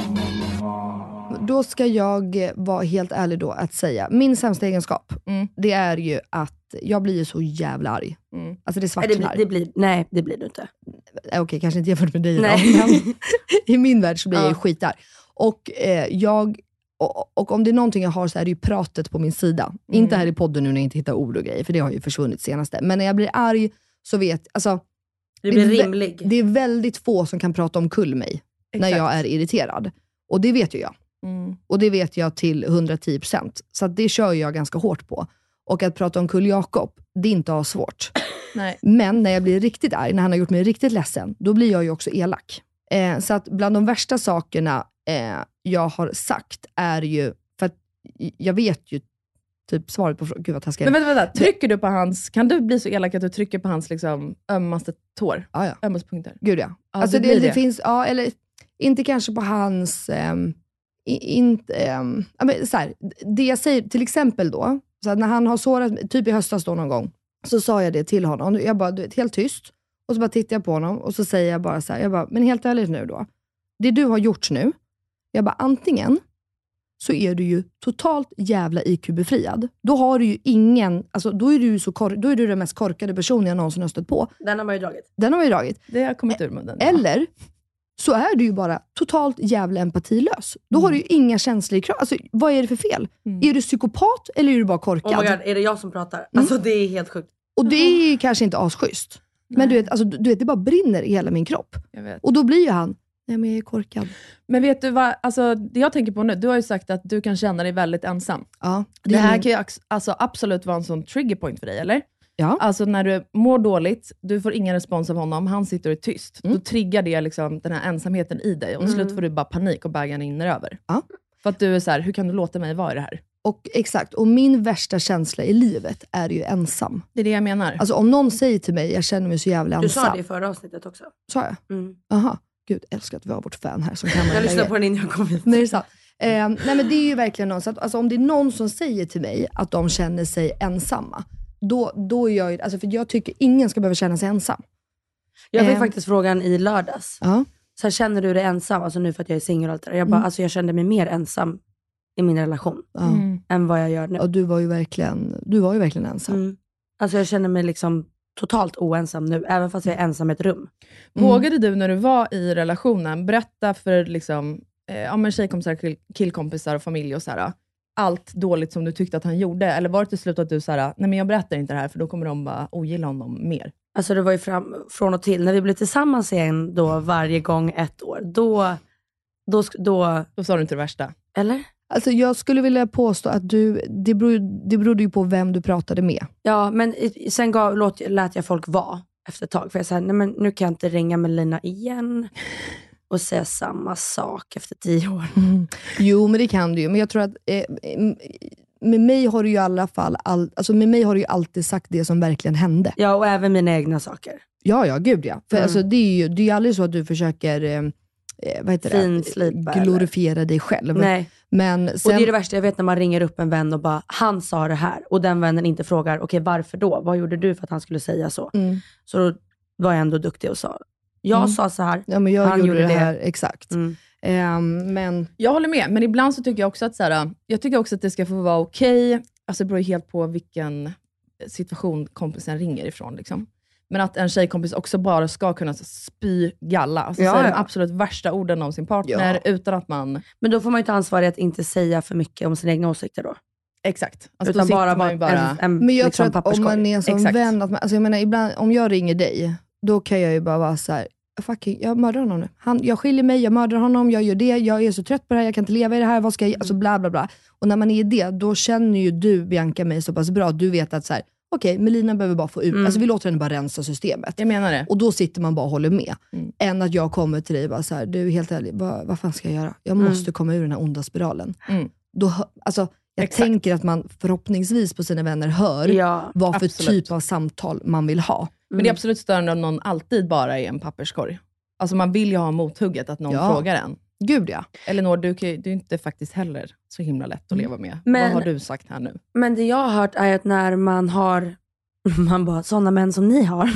Då ska jag eh, vara helt ärlig då att säga, min sämsta egenskap, Mm. det är ju att jag blir ju så jävla arg. Mm. Alltså det Nej, det svartnar. blir, det blir, nej, det blir du inte. Eh, Okej, kanske inte jämfört med dig Nej. då, men i min värld så blir jag ju Ja. skitarg. Och eh, jag och, och om det är någonting jag har så är det ju pratet på min sida. Mm. Inte här i podden nu när jag inte hittar ord och grejer, för det har ju försvunnit senaste. Men när jag blir arg så vet, alltså Du blir det är vä- rimlig. Det är väldigt få som kan prata omkull mig när Exakt. jag är irriterad. Och det vet ju jag. Mm. Och det vet jag till hundratio procent. Så att det kör jag ganska hårt på. Och att prata omkull Jakob, det är inte svårt. Nej. Men när jag blir riktigt arg, när han har gjort mig riktigt ledsen, då blir jag ju också elak. Eh, så att bland de värsta sakerna eh, jag har sagt är ju, för att jag vet ju typ svaret på frågan. Gud vad taskigt. Men vänta, vänta, trycker du på hans, kan du bli så elak att du trycker på hans liksom ömmaste tår? Ja, ja. Ömmaste punkter? Gud ja. Ja, alltså det det, blir det. det. finns, ja, eller inte kanske på hans, ehm, i- inte, ehm, ja, men så här, det jag säger, till exempel då, så att när han har sårat, typ i höstas då någon gång, så sa jag det till honom. Jag bara, du vet, helt tyst. Och så bara tittar jag på honom och så säger jag bara så här, jag bara, men helt ärligt nu då. Det du har gjort nu, jag bara, antingen så är du ju totalt jävla I Q-befriad. Då har du ju ingen, alltså då är du ju så kor- då är du den mest korkade personen jag någonsin har stött på. Den har man ju dragit. Den har vi dragit. Det har kommit ur munnen. Eller så är du ju bara totalt jävla empatilös. Då har du ju inga känslor i kroppen. Alltså, vad är det för fel? Mm. Är du psykopat eller är du bara korkad? Oh my God, är det jag som pratar? Alltså det är helt sjukt. Och det är ju kanske inte asschysst. Men du vet, alltså, du vet, det bara brinner i hela min kropp. Jag vet. Och då blir ju han, nej men jag är korkad. Men vet du vad, alltså, det jag tänker på nu, du har ju sagt att du kan känna dig väldigt ensam. Ja, Det här är- kan ju ax- alltså, absolut vara en sån trigger point för dig, eller? Ja. Alltså när du mår dåligt, du får ingen respons av honom, han sitter och är tyst. Mm. Då triggar det liksom den här ensamheten i dig. Och till slut får du bara panik och bägaren rinner över. Ja. För att du är så här, hur kan du låta mig vara i det här? Och exakt, och min värsta känsla i livet är ju ensam. Det är det jag menar. Alltså om någon säger till mig, jag känner mig så jävla Du ensam. sa det i förra avsnittet också. Sa jag? Mm. Jaha. Gud, älskar att vi har vårt fan här som kan Jag lyssnade på den innan jag kom hit. Nej, det är sant. Eh, nej men det är ju verkligen någon, så att, alltså, om det är någon som säger till mig att de känner sig ensamma, då, då är jag ju, alltså, för jag tycker ingen ska behöva känna sig ensam. Jag fick Eh. faktiskt frågan i lördags. Ja. Så här, känner du dig ensam? Alltså nu för att jag är singel och allt det där. Jag bara, Mm. alltså jag kände mig mer ensam i min relation Ja. Mm. än vad jag gör nu. Och du var ju verkligen, du var ju verkligen ensam. Mm. Alltså jag känner mig liksom totalt oensam nu, även fast jag är ensam i ett rum. Vågade du när du var i relationen berätta för liksom, eh, ja, men tjejkompisar, kill- killkompisar och familj och så här, allt dåligt som du tyckte att han gjorde? Eller var det till slut att du sa, nej men jag berättar inte det här för då kommer de bara ogilla honom mer? Alltså det var ju fram, från och till. När vi blev tillsammans igen då varje gång ett år, då, då, sk- då Då sa du inte det värsta. eller? Alltså jag skulle vilja påstå att du, det, beror, det berodde ju på vem du pratade med. Ja, men sen gav, låt, lät jag folk vara efter ett tag. För jag sa, nej men nu kan jag inte ringa Melina igen och säga samma sak efter tio år. Mm. Jo, men det kan du ju. Men jag tror att eh, med mig har du ju i alla fall all, alltså med mig har du ju alltid sagt det som verkligen hände. Ja, och även mina egna saker. Ja, ja, gud ja. För mm. alltså, det är ju det är ju aldrig så att du försöker eh, vad heter Finslipa, det? glorifiera eller? dig själv. Nej. Men sen... Och det är det värsta, jag vet när man ringer upp en vän och bara, han sa det här. Och den vännen inte frågar, okej okay, varför då? Vad gjorde du för att han skulle säga så? Mm. Så då var jag ändå duktig och sa, jag mm. sa så här, ja, men jag han gjorde, gjorde det det här, exakt. Mm. Um, men... Jag håller med, men ibland så tycker jag också att så här, jag tycker också att det ska få vara okej. Okay. Alltså det beror helt på vilken situation kompisen ringer ifrån. Liksom. Men att en tjejkompis också bara ska kunna spy galla. Alltså ja, säga ja. de absolut värsta orden om sin partner ja. utan att man... Men då får man ju ta ansvar i att inte säga för mycket om sina egna åsikter då. Exakt. Alltså utan bara, man ju bara... En, en, men jag liksom tror att om man är som Exakt. vän, att man, alltså jag menar, ibland, om jag ringer dig, då kan jag ju bara vara så här: fucking, jag mördar honom nu. Han, jag skiljer mig, jag mördar honom, jag gör det, jag är så trött på det här, jag kan inte leva i det här, vad ska jag, alltså bla bla bla. Och när man är i det, då känner ju du, Bianca, mig så pass bra, du vet att så här, okej, okay, Melina behöver bara få ut, mm. alltså vi låter henne bara rensa systemet. Jag menar det. Och då sitter man bara och håller med. Mm. Än att jag kommer till dig och bara så här: du, helt ärligt, vad, vad fan ska jag göra? Jag Mm. måste komma ur den här onda spiralen. Mm. Då, alltså, jag Exakt. tänker att man förhoppningsvis på sina vänner hör ja, vad för absolut. typ av samtal man vill ha. Men det är absolut störande om någon alltid bara är en papperskorg. Alltså man vill ju ha mothugget att någon Ja. frågar en. Gud ja. Elinor, du, du är inte faktiskt heller så himla lätt att leva med. Men- Vad har du sagt här nu? Men det jag har hört är att när man har, man bara, sådana män som ni har,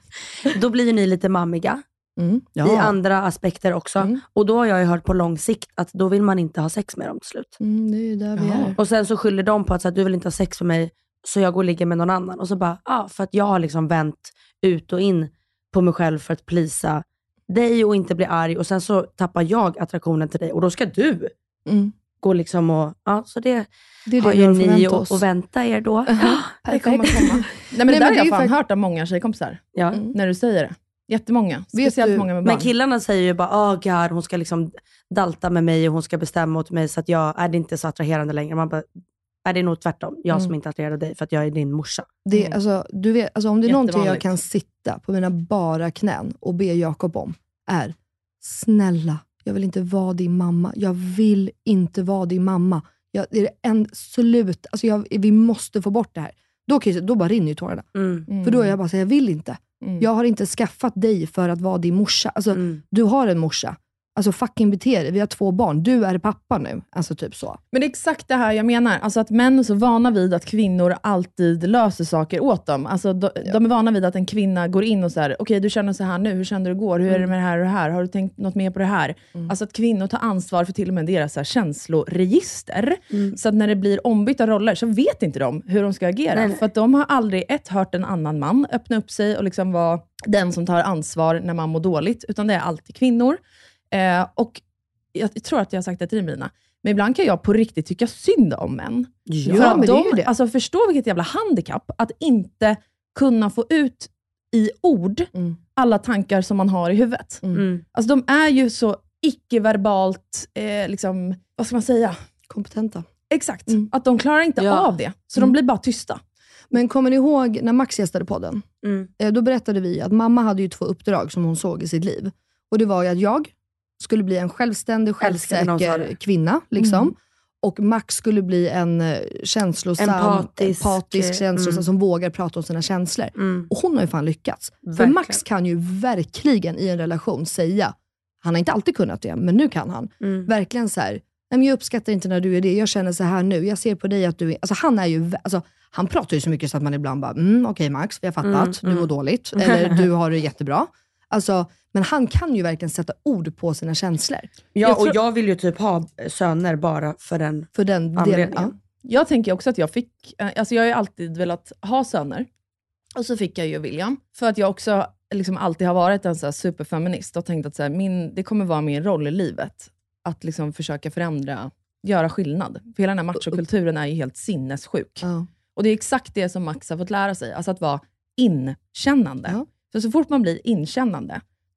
då blir ju ni lite mammiga. Mm. ja. I andra aspekter också. Mm. Och då har jag ju hört på lång sikt att då vill man inte ha sex med dem till slut. Mm, det är ju där vi Ja. är. Och sen så skyller de på att, så att du vill inte ha sex med mig, så jag går och ligger med någon annan. Och så bara, ja, ah, för att jag har liksom vänt ut och in på mig själv för att plisa dig och inte bli arg. Och sen så tappar jag attraktionen till dig. Och då ska du Mm. gå liksom och, ja, så det, Det är har det ju vi har ni förväntat och, oss. och vänta er då. Det kommer komma. Nej, men Nej, det där men har det är jag ju fan fakt- hört av många tjejkompisar. Ja. Mm. När du säger det. Jättemånga. Speciellt du- många med barn. Men killarna säger ju bara, åh oh god, hon ska liksom dalta med mig och hon ska bestämma åt mig så att jag är det inte så attraherande längre. Man bara, är det nog tvärtom. Jag Mm. som inte attraherar dig för att jag är din morsa. Det, Mm. alltså, du vet, alltså, om det är någonting jag Jättevanligt. kan sitta på mina bara knän och be Jakob om, är snälla, jag vill inte vara din mamma. Jag vill inte vara din mamma. Jag, det är det en slut. Alltså, jag, vi måste få bort det här. Då, kan jag, då bara rinner ju tårarna. Mm. Mm. För då är jag bara så här, jag vill inte. Mm. Jag har inte skaffat dig för att vara din morsa. Alltså, Mm. du har en morsa. Alltså fucking bete dig. Vi har två barn. Du är pappa nu. Alltså typ så. Men det är exakt det här jag menar. Alltså att män är så vana vid att kvinnor alltid löser saker åt dem. Alltså de, Ja. de är vana vid att en kvinna går in och så här: okej, okay, du känner så här nu, hur kände du igår? Hur är det med det här och det här? Har du tänkt något mer på det här? Mm. Alltså att kvinnor tar ansvar för till och med deras så här känsloregister. Mm. Så att när det blir ombytta roller så vet inte de hur de ska agera. Nej, nej. För att de har aldrig ett hört en annan man öppna upp sig och liksom vara den som tar ansvar när man mår dåligt. Utan det är alltid kvinnor. Eh, och jag tror att jag har sagt det till dig, Melina, men ibland kan jag på riktigt tycka synd om män. Ja, För att men det är de, ju det. alltså förstå vilket jävla handikapp att inte kunna få ut i ord Mm. alla tankar som man har i huvudet. Mm. Mm. Alltså de är ju så icke-verbalt, eh, liksom, vad ska man säga? Kompetenta. Exakt, Mm. att de klarar inte Ja. av det. Så Mm. de blir bara tysta. Men kommer ni ihåg när Max gästade podden? Mm. Eh, Då berättade vi att mamma hade ju två uppdrag som hon såg i sitt liv. Och det var ju att jag skulle bli en självständig, Älskade någon sa självsäker det. kvinna. Liksom. Mm. Och Max skulle bli en eh, känslosam, Empatisk, empatisk känslosam, mm. som vågar prata om sina känslor. Mm. Och hon har ju fan lyckats. För Verkligen. Max kan ju verkligen i en relation säga, han har inte alltid kunnat det, men nu kan han. Mm. Verkligen så här: nej men jag uppskattar inte när du är det, jag känner så här nu, jag ser på dig att du är... Alltså han är ju, vä- alltså, han pratar ju så mycket så att man ibland bara, mm, okej okay, Max, vi har fattat, Mm, du mår mm. dåligt, eller du har det jättebra. Alltså, men han kan ju verkligen sätta ord på sina känslor. Ja, Jag tror- och jag vill ju typ ha söner bara för den För den delen. anledningen. Jag tänker också att jag fick, eh, alltså jag har ju alltid velat ha söner. Och så fick jag ju William. För att jag också liksom alltid har varit en så här superfeminist och tänkt att så här, min, det kommer vara min roll i livet. Att liksom försöka förändra, göra skillnad. För hela den här machokulturen är ju helt sinnessjuk. Ja. Och det är exakt det som Max har fått lära sig. Alltså att vara inkännande. Ja. För så fort man blir inkännande,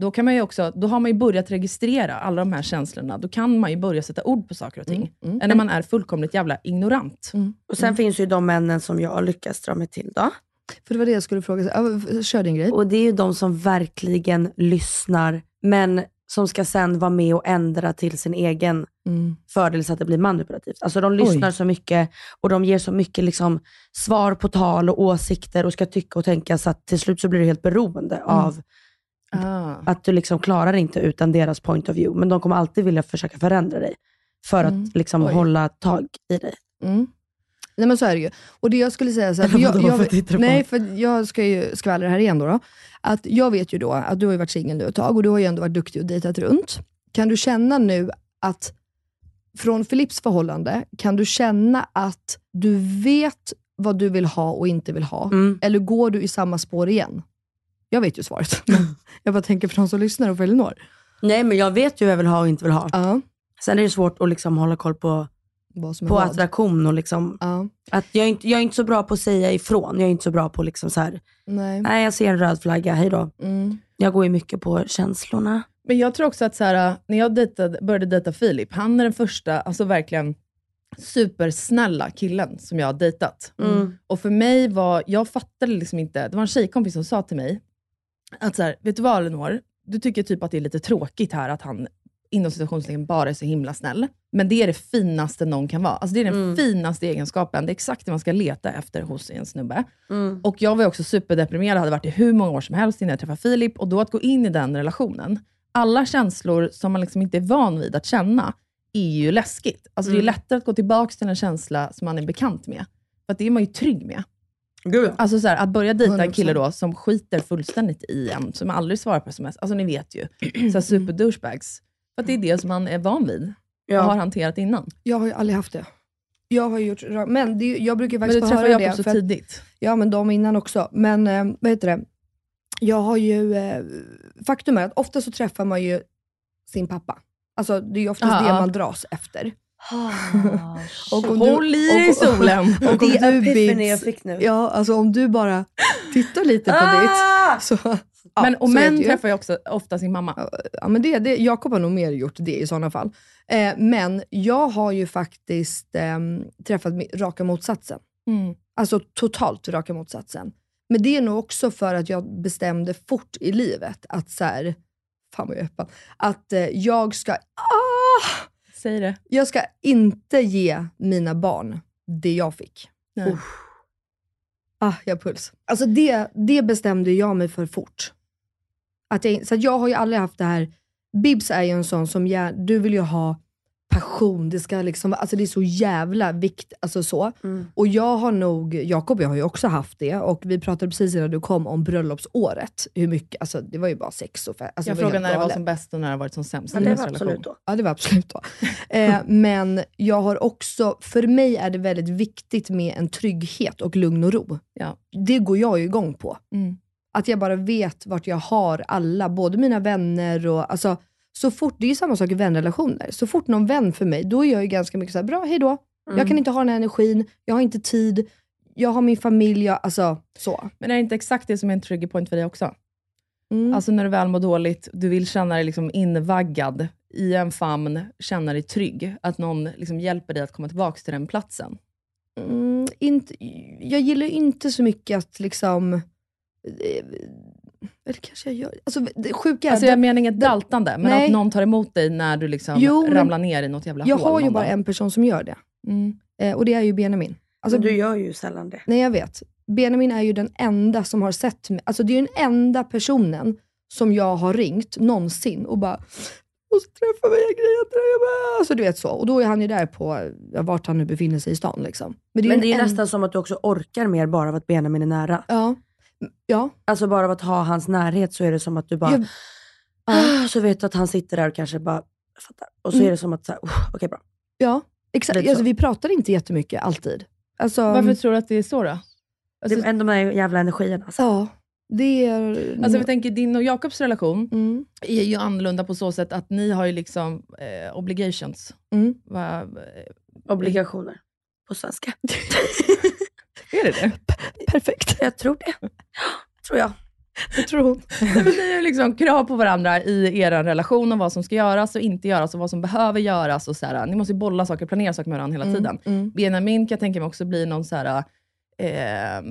då kan man ju också, då har man ju börjat registrera alla de här känslorna. Då kan man ju börja sätta ord på saker och ting. Mm. Mm. Än när man är fullkomligt jävla ignorant. Mm. Och sen mm. finns ju de männen som jag lyckas dra mig till då. För det var det jag skulle fråga. Kör din grej. Och det är ju de som verkligen lyssnar, men som ska sen vara med och ändra till sin egen mm. fördel så att det blir manipulativt. Alltså de lyssnar Oj. så mycket och de ger så mycket liksom svar på tal och åsikter och ska tycka och tänka, så att till slut så blir det helt beroende mm. av ah. att du liksom klarar inte utan deras point of view. Men de kommer alltid vilja försöka förändra dig för mm. att liksom hålla tag i dig. Mm. Nej men så är det ju. Och det jag skulle säga så här, jag, jag, jag, nej för jag ska ju skvallra här igen då, då. Att jag vet ju då att du har ju varit singel nu ett tag och du har ju ändå varit duktig och dejtat runt. Kan du känna nu att från Philips förhållande, kan du känna att du vet vad du vill ha och inte vill ha? Mm. Eller går du i samma spår igen? Jag vet ju svaret. Jag bara tänker för de som lyssnar och för Elinor. Nej men jag vet ju vad jag vill ha och inte vill ha. Uh. Sen är det svårt att liksom hålla koll på på vad. attraktion och liksom uh. att jag är, inte, jag är inte så bra på att säga ifrån. Jag är inte så bra på liksom så här. Nej, nej jag ser en röd flagga, hej då. Mm. Jag går ju mycket på känslorna. Men jag tror också att så här, när jag dejtade, började dejta Filip, han är den första, alltså verkligen supersnälla killen som jag har dejtat. Mm. Och för mig var, jag fattade liksom inte, det var en tjejkompis som sa till mig att så här, vet du vad Elinor, du tycker typ att det är lite tråkigt här att han inom situationslägen bara är så himla snäll. Men det är det finaste någon kan vara. Alltså det är den mm. finaste egenskapen. Det är exakt det man ska leta efter hos en snubbe. Mm. Och jag var också superdeprimerad. Hade varit i hur många år som helst innan jag träffade Filip. Och då att gå in i den relationen. Alla känslor som man liksom inte är van vid att känna är ju läskigt. Alltså mm. det är lättare att gå tillbaka till en känsla som man är bekant med. För att det är man ju trygg med. Gud. Alltså så här, att börja dejta en kille då som skiter fullständigt i en. Som aldrig svarar på sms. Alltså ni vet ju. Så här super douchebags. För att det är det som man är van vid. Ja. Och har hanterat innan. Jag har ju aldrig haft det. Jag har gjort, men det, jag brukar faktiskt men du träffade jag så tidigt. Att, ja, men de innan också. Men eh, vad heter det? Jag har ju, eh, faktum är att ofta så träffar man ju sin pappa. Alltså det är ju oftast Aha. det man dras efter. Oh, och om håll i dig i solen. Och, och om du bits, ja, alltså om du bara tittar lite på ah! ditt så... Ja, men och män träffar ju också ofta sin mamma. Ja, men det, det, Jakob har nog mer gjort det i sådana fall. Eh, men jag har ju faktiskt eh, träffat raka motsatsen. Mm. Alltså totalt raka motsatsen. Men det är nog också för att jag bestämde fort i livet att så här, fan vad jag är öppen, att eh, jag ska ah, säg det. Jag ska inte ge mina barn det jag fick. Nej. Ah, jag puls. Alltså det, det bestämde jag mig för fort. Att jag, så att jag har ju aldrig haft det här. Bibs är ju en sån som jag, du vill ju ha passion. Det ska liksom, alltså det är så jävla vikt, alltså så. Mm. Och jag har nog, Jakob jag har ju också haft det. Och vi pratade precis innan du kom om bröllopsåret. Hur mycket, alltså det var ju bara sex och fem. Alltså, jag frågade när det var som bäst och när det varit som sämst. Ja, det var absolut då. Ja, det var absolut då. eh, men jag har också, för mig är det väldigt viktigt med en trygghet och lugn och ro. Ja. Det går jag ju igång på. Mm. Att jag bara vet vart jag har alla, både mina vänner och alltså, så fort, det är ju samma sak i vänrelationer. Så fort någon vän för mig, då är jag ju ganska mycket så här, bra, hej då. Mm. Jag kan inte ha den här energin, jag har inte tid, jag har min familj, jag, alltså så. Men är det inte exakt det som är en trigger point för dig också? Mm. Alltså när du väl mår dåligt, du vill känna dig liksom invaggad i en famn, känna dig trygg. Att någon liksom hjälper dig att komma tillbaka till den platsen. Mm, inte, jag gillar inte så mycket att liksom... Eller kanske jag gör... Alltså, det sjuka alltså jag menar inget daltande, men nej. Att någon tar emot dig när du liksom jo, ramlar ner i något jävla jag hål. Jag har ju bara en person som gör det. Mm. Eh, och det är ju Benjamin. Alltså, men du gör ju sällan det. Nej, jag vet. Benjamin är ju den enda som har sett mig. Alltså det är ju den enda personen som jag har ringt någonsin och bara... måste träffa mig, jag grejer. Alltså du vet så. Och då är han ju där på vart han nu befinner sig i stan liksom. Men det är, men det är en... nästan som att du också orkar mer bara av att Benjamin är nära. Ja. Ja. Alltså bara av att ha hans närhet så är det som att du bara jag... ah, så vet du att han sitter där och kanske bara fattar. Och så mm. är det som att så här, oh, okej okay, bra. Ja, exakt. Alltså, vi pratar inte jättemycket alltid. Alltså, varför tror du att det är så då? Alltså, det är ändå de där jävla energierna. Alltså. Ja. Det är... Alltså jag tänker din och Jakobs relation mm. är ju annorlunda på så sätt att ni har ju liksom eh, obligations. Mm. Va, eh, Obligationer på svenska. Är det det? Perfekt. Jag tror det. Tror jag. Jag tror hon. Men ni har liksom krav på varandra i er relation om vad som ska göras och inte göras och vad som behöver göras. Och så här, ni måste ju bolla saker, planera saker med varandra hela tiden. Mm, mm. Benjamin kan jag tänka mig också bli någon så här... Eh,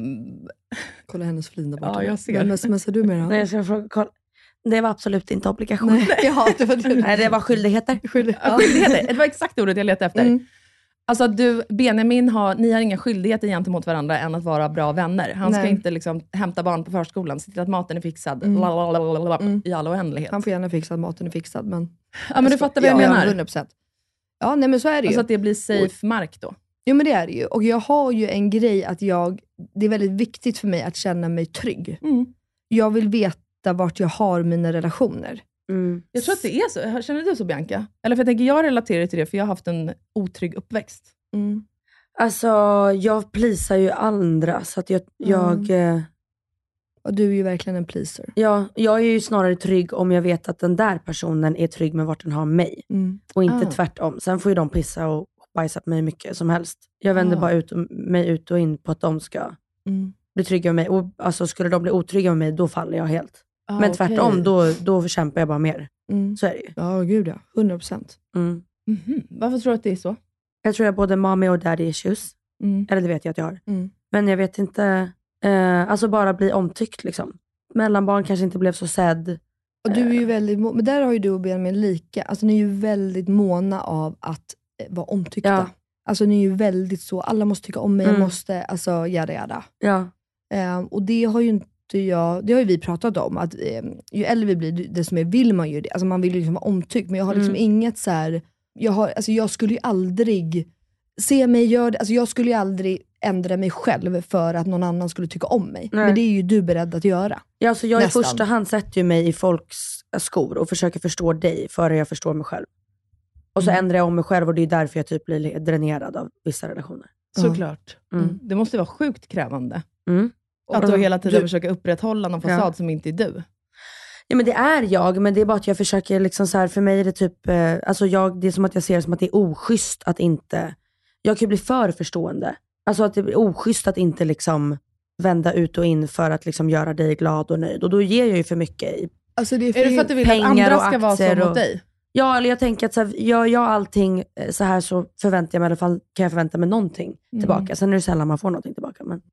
Kolla hennes flin där borta. Ja, jag ser. Vem smsar du med då? Nej, jag ska fråga, kolla. Det var absolut inte obligation. Nej, ja, det var det. Nej, det var skyldigheter. Skyldig. ja. Skyldigheter, det var exakt ordet jag letade efter. Mm. Alltså att du, Benjamin, har, ni har inga skyldigheter gentemot varandra än att vara bra vänner. Han ska Nej. inte liksom hämta barn på förskolan, se till att maten är fixad Mm. lalalala, Mm. i all oändlighet. Han får gärna fixa att maten är fixad. Men... Ja, men du fattar vad jag ja, menar. Ja, hundra procent. Ja, nej men så är det ju. Alltså att det blir safe mark då. Jo men det är det ju. Och jag har ju en grej att jag, det är väldigt viktigt för mig att känna mig trygg. Mm. Jag vill veta vart jag har mina relationer. Mm. Jag tror att det är så. Känner du så, Bianca? Eller för jag tänker, jag relaterar till det för jag har haft en otrygg uppväxt. Mm. Alltså, jag plisar ju andra. Så att jag... jag Mm. eh, Och du är ju verkligen en pleaser. ja, jag är ju snarare trygg om jag vet att den där personen är trygg med vart den har mig. Mm. Och inte Ah. tvärtom. Sen får ju de pissa och bajsa på mig mycket som helst. Jag vänder Ah. bara ut, mig ut och in på att de ska Mm. bli trygga med mig. Och alltså, skulle de bli otrygga med mig, då faller jag helt. Ah, Men okej. tvärtom, då, då kämpar jag bara mer. Mm. Så är det ju. Ja, gud ja. hundra procent. Mm. Mhm. Varför tror du att det är så? Jag tror jag har både mommy och daddy issues. Mm. Eller det vet jag att jag har. Mm. Men jag vet inte, eh, alltså bara bli omtyckt liksom. Mellanbarn kanske inte blev så sedd. Och du är ju väldigt, må- men där har ju du och Benjamin lika. Alltså ni är ju väldigt måna av att eh, vara omtyckta. Ja. Alltså ni är ju väldigt så, alla måste tycka om mig, Mm. jag måste, alltså jada jada. Ja. Eh, och det har ju inte jag, det har ju vi pratat om, att eh, ju äldre vi blir, desto mer vill man ju det. Alltså man vill ju liksom vara omtyckt, men jag har liksom Mm. inget så här, jag, har, alltså jag skulle ju aldrig se mig göra det, alltså jag skulle ju aldrig ändra mig själv för att någon annan skulle tycka om mig. Nej. Men det är ju du beredd att göra. Ja, alltså jag Nästan. i första hand sätter ju mig i folks skor och försöker förstå dig före jag förstår mig själv. Och så Mm. ändrar jag om mig själv och det är därför jag typ blir dränerad av vissa relationer. Såklart. Mm. Det måste vara sjukt krävande. Mm. Att du hela tiden Du- försöker upprätthålla någon fasad Ja. som inte är du. Ja, men det är jag, men det är bara att jag försöker liksom så här, för mig är det typ, eh, alltså jag, det är som att jag ser det som att det är oschysst att inte, jag kan ju bli för förstående. Alltså att det är oschysst att inte liksom vända ut och in för att liksom göra dig glad och nöjd. Och då ger jag ju för mycket i, Alltså det är, Är det för att du vill att pengar andra och ska vara så aktier mot och- dig? ja, eller jag tänker att så här, gör jag allting eh, så här så förväntar jag mig i alla fall, kan jag förvänta mig någonting Mm. tillbaka. Sen är det sällan man får någonting tillbaka. Men...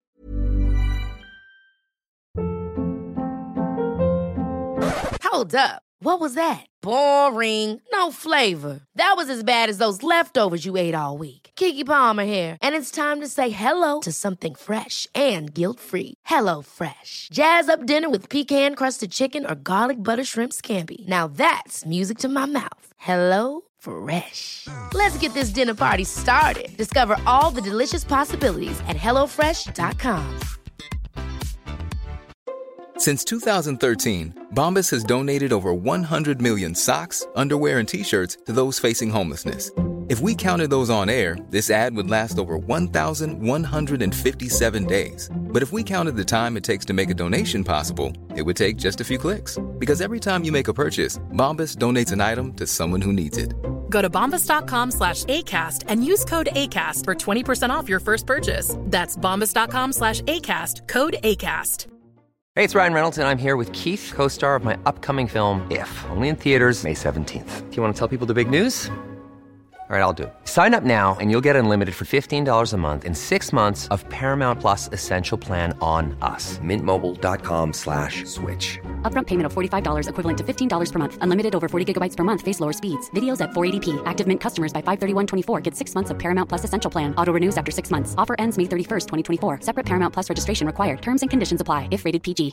Hold up. What was that? Boring. No flavor. That was as bad as those leftovers you ate all week. Keke Palmer here, and it's time to say hello to something fresh and guilt-free. Hello Fresh. Jazz up dinner with pecan-crusted chicken or garlic butter shrimp scampi. Now that's music to my mouth. Hello Fresh. Let's get this dinner party started. Discover all the delicious possibilities at hello fresh dot com. Since two thousand thirteen, Bombas has donated over one hundred million socks, underwear, and T-shirts to those facing homelessness. If we counted those on air, this ad would last over one thousand one hundred fifty-seven days. But if we counted the time it takes to make a donation possible, it would take just a few clicks. Because every time you make a purchase, Bombas donates an item to someone who needs it. Go to bombas.com slash ACAST and use code ACAST for twenty percent off your first purchase. That's bombas.com slash ACAST, code ACAST. Hey, it's Ryan Reynolds, and I'm here with Keith, co-star of my upcoming film, If, only in theaters May seventeenth. Do you want to tell people the big news? All right, I'll do it. Sign up now and you'll get unlimited for fifteen dollars a month and six months of Paramount Plus Essential Plan on us. Mint Mobile dot com slash switch. Upfront payment of forty-five dollars equivalent to fifteen dollars per month. Unlimited over forty gigabytes per month. Face lower speeds. Videos at four eighty p. Active Mint customers by five thirty-one twenty-four get six months of Paramount Plus Essential Plan. Auto renews after six months. Offer ends May thirty-first, twenty twenty-four. Separate Paramount Plus registration required. Terms and conditions apply if rated P G.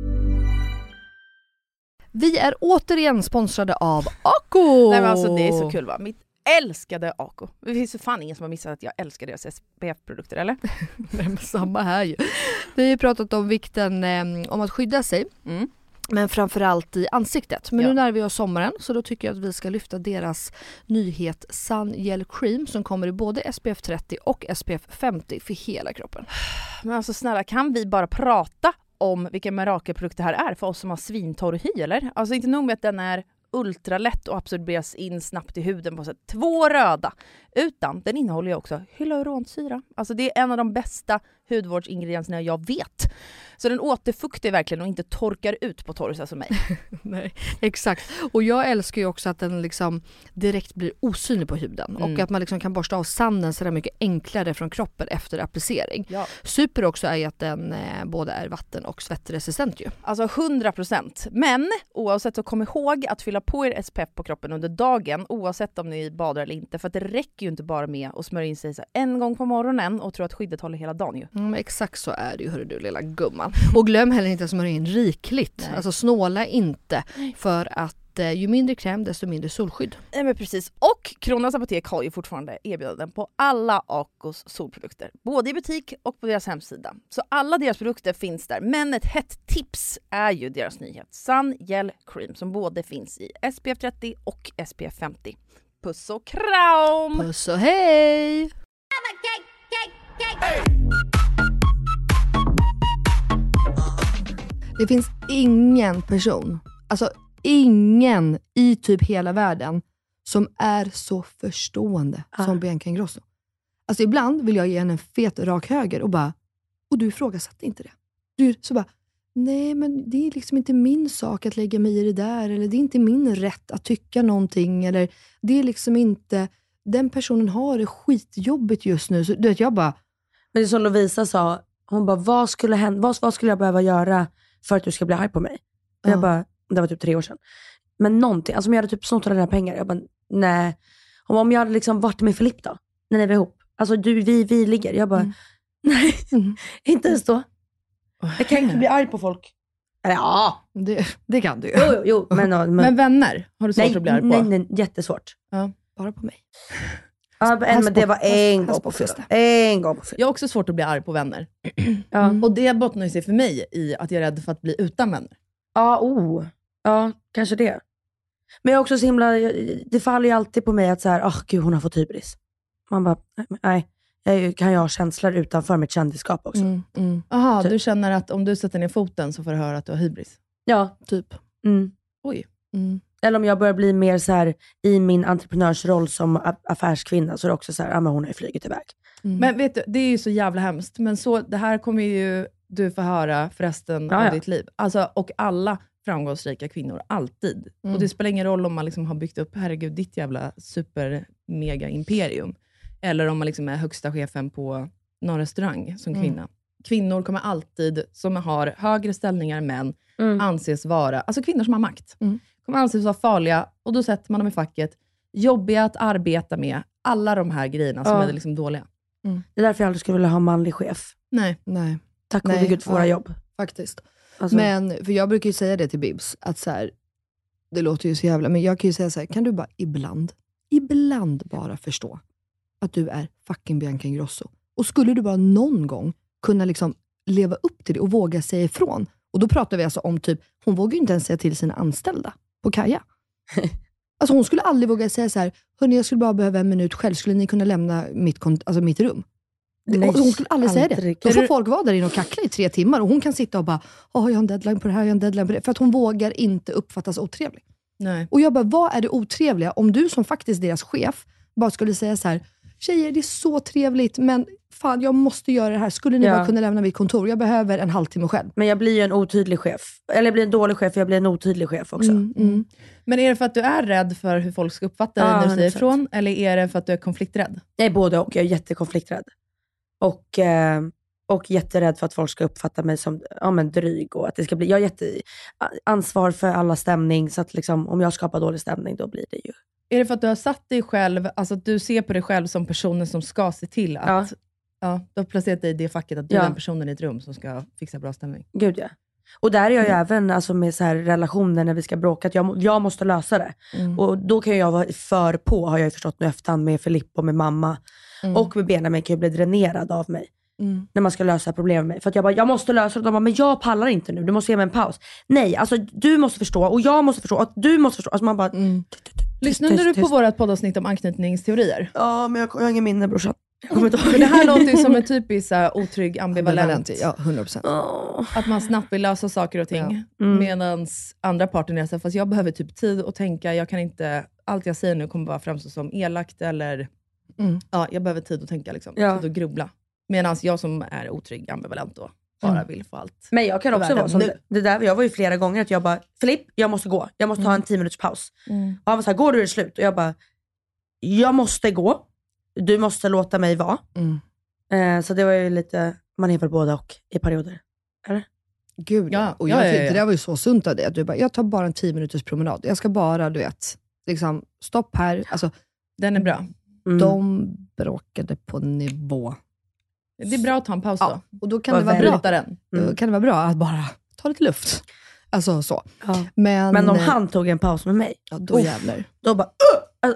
Vi är återigen sponsrade av Ako! Nej men alltså det är så kul va. Mitt älskade Ako. Det finns ju fan ingen som har missat att jag älskar deras S P F-produkter, eller? Nej, men samma här ju. Vi har ju pratat om vikten eh, om att skydda sig. Mm. Men framförallt i ansiktet. Men Ja. nu när vi har sommaren så då tycker jag att vi ska lyfta deras nyhet Sun Gel Cream som kommer i både S P F trettio och S P F femtio för hela kroppen. Men alltså snälla, kan vi bara prata om vilken mirakelprodukt det här är för oss som har svintorr hy, eller? Alltså inte nog med att den är ultralätt och absorberas in snabbt i huden på sätt. Två röda Utan den innehåller ju också hyaluronsyra. Alltså det är en av de bästa hudvårdsingredienserna jag vet. Så den återfuktar verkligen och inte torkar ut på torrsa som mig. Nej, exakt. Och jag älskar ju också att den liksom direkt blir osynlig på huden. Mm. Och att man liksom kan borsta av sanden så där mycket enklare från kroppen efter applicering. Ja. Super också är ju att den eh, både är vatten- och svettresistent ju. Alltså hundra procent. Men oavsett så kom ihåg att fylla på er S P F på kroppen under dagen. Oavsett om ni badar eller inte. För att det räcker ju inte bara med att smörja in sig så en gång på morgonen och tro att skyddet håller hela dagen ju. Mm, exakt så är det ju, hörru du lilla gumman. Och glöm heller inte att smörja in rikligt. Nej. Alltså snåla inte. För att eh, ju mindre kräm desto mindre solskydd. Nej men precis. Och Kronans Apotek har ju fortfarande erbjudanden på alla Acos solprodukter. Både i butik och på deras hemsida. Så alla deras produkter finns där. Men ett hett tips är ju deras nyhet. Sun Gel Cream som både finns i S P F trettio och S P F femtio. Puss och kram! Puss och hej! Det finns ingen person, alltså ingen i typ hela världen som är så förstående ah. som Bianca Ingrosso. Alltså ibland vill jag ge henne en fet rak höger och bara, och du ifrågasatte inte det. Du så bara, nej men det är liksom inte min sak att lägga mig i det där, eller det är inte min rätt att tycka någonting, eller det är liksom inte, den personen har det skitjobbigt just nu. Så du vet, jag bara... Men det är som Lovisa sa, hon bara, vad skulle, hända, vad, vad skulle jag behöva göra för att du ska bli arg på mig? Och jag bara, det var typ tre år sedan. Men någonting, alltså om jag hade typ snott alla pengar, jag bara, nej. Och om jag hade liksom varit med Filip då, när ni var ihop. Alltså du, vi, vi ligger, jag bara, mm. nej, mm. inte ens då. Jag kan inte bli arg på folk. Eller, ja, det, det kan du ju. Jo, jo, jo, men, men, men vänner, har du svårt nej, att bli arg på? Nej, nej, jättesvårt. Ja, bara på mig. Ja, men, men det var en gång på fyra. En gång på fyra. Jag har också svårt att bli arg på vänner. Ja. Mm. Och det bottnar ju sig för mig i att jag är rädd för att bli utan vänner. Ja, oh. Ja, kanske det. Men jag är också så himla, det faller ju alltid på mig att så här, åh oh, gud, hon har fått hybris. Man bara, nej, jag kan ju ha känslor utanför mitt kändisskap också. Mm, mm. Aha, typ. Du känner att om du sätter ner foten så får du höra att du har hybris? Ja, typ. Mm. Oj. Mm. Eller om jag börjar bli mer så här i min entreprenörsroll som affärskvinna, så är det också så här, ja men hon har ju flugit iväg. Mm. Men vet du, det är ju så jävla hemskt. Men så, det här kommer ju du få höra för resten ja, av ja. ditt liv. Alltså, och alla framgångsrika kvinnor, alltid. Mm. Och det spelar ingen roll om man liksom har byggt upp, herregud, ditt jävla super mega imperium. Eller om man liksom är högsta chefen på någon restaurang som kvinna. Mm. Kvinnor kommer alltid, som har högre ställningar än män, mm. anses vara, alltså kvinnor som har makt, mm. kommer anses vara farliga. Och då sätter man dem i facket, jobbiga att arbeta med, alla de här grejerna som ja. är liksom dåliga. Mm. Det är därför jag aldrig skulle vilja ha manlig chef. Nej. Nej. Tack gode gud för våra ja, jobb. Faktiskt. Alltså. Men, för jag brukar ju säga det till Bibs, att så här, det låter ju så jävla, men jag kan ju säga så här, kan du bara ibland, ibland bara förstå att du är fucking Bianca Ingrosso. Och skulle du bara någon gång kunna liksom leva upp till det och våga säga ifrån. Och då pratar vi alltså om typ, hon vågar ju inte ens säga till sina anställda på Kaja. Alltså hon skulle aldrig våga säga så här, hörni, jag skulle bara behöva en minut själv, skulle ni kunna lämna mitt, kont- alltså mitt rum? Nej, och hon skulle aldrig, aldrig säga det. Då får folk vara där inne och kackla i tre timmar och hon kan sitta och bara, åh, jag har en deadline på det här, jag har en deadline på det. För att hon vågar inte uppfattas otrevlig. Nej. Och jag bara, vad är det otrevliga om du som faktiskt deras chef bara skulle säga så här, tjejer, det är så trevligt, men fan, jag måste göra det här. Skulle ni ja. bara kunna lämna mitt kontor? Jag behöver en halvtimme själv. Men jag blir ju en otydlig chef. Eller jag blir en dålig chef, jag blir en otydlig chef också. Mm, mm. Men är det för att du är rädd för hur folk ska uppfatta dig ja, när du säger ifrån? Eller är det för att du är konflikträdd? Nej, både och. Jag är jättekonflikträdd. Och, eh, och jätterädd för att folk ska uppfatta mig som ja, men dryg. Och att det ska bli, jag har jätte ansvar för alla stämning. Så att liksom, om jag skapar dålig stämning, då blir det ju... Är det för att du har satt dig själv, alltså att du ser på dig själv som personen som ska se till att, ja, ja du har placerat dig i det facket att du ja. är den personen i ett rum som ska fixa bra stämning? Gud ja. Och där är jag ju mm. även alltså med så här relationer när vi ska bråka, att jag, jag måste lösa det. Mm. Och då kan jag vara för på, har jag ju förstått nu efterhand med Filip och med mamma. Mm. Och med Benjamin kan jag bli dränerad av mig. Mm. När man ska lösa problem med mig. För att jag bara, jag måste lösa det. De bara, men jag pallar inte nu, du måste ge mig en paus. Nej, alltså du måste förstå och jag måste förstå och du måste förstå. Alltså man bara... Mm. Lyssnade du på vårat poddavsnitt om anknytningsteorier? Ja, men jag, jag har ingen minne, brorsan. Jag kommer inte ihåg. För det här låter ju som en typisk uh, otrygg ambivalent. Ja, hundra procent. Oh. Att man snabbt vill lösa saker och ting. Ja. Mm. Medan andra parten är så, fast jag behöver typ tid att tänka. Jag kan inte, allt jag säger nu kommer bara framstå som elakt eller Mm. Ja, jag behöver tid att tänka, liksom. Ja. Tid att grubbla. Medan jag som är otrygg, ambivalent då, bara Mm. vill få allt. Men jag kan också vara som nu. det, det där. Jag var ju flera gånger att jag bara, Filip, jag måste gå. Jag måste Mm. ha en tio minuters paus. Mm. Och han var så här, går du är det slut? Och jag bara, jag måste gå. Du måste låta mig vara. Mm. Eh, så det var ju lite, man är väl båda och i perioder. Eller? Gud, ja. Och jag, ja, ja, ja. Det där var ju så sunt av det. Att du bara, jag tar bara en tio minuters promenad. Jag ska bara, du vet, liksom, stopp här. Alltså, Den är bra. Mm. de bråkade på nivå. Det är bra att ta en paus då. Ja, och då kan Var det vara väldigt- bra. Den. Mm. Då kan det vara bra att bara ta lite luft. Alltså så. Ja. Men, Men om han tog en paus med mig, ja, då Oh. jävlar. då bara, uh,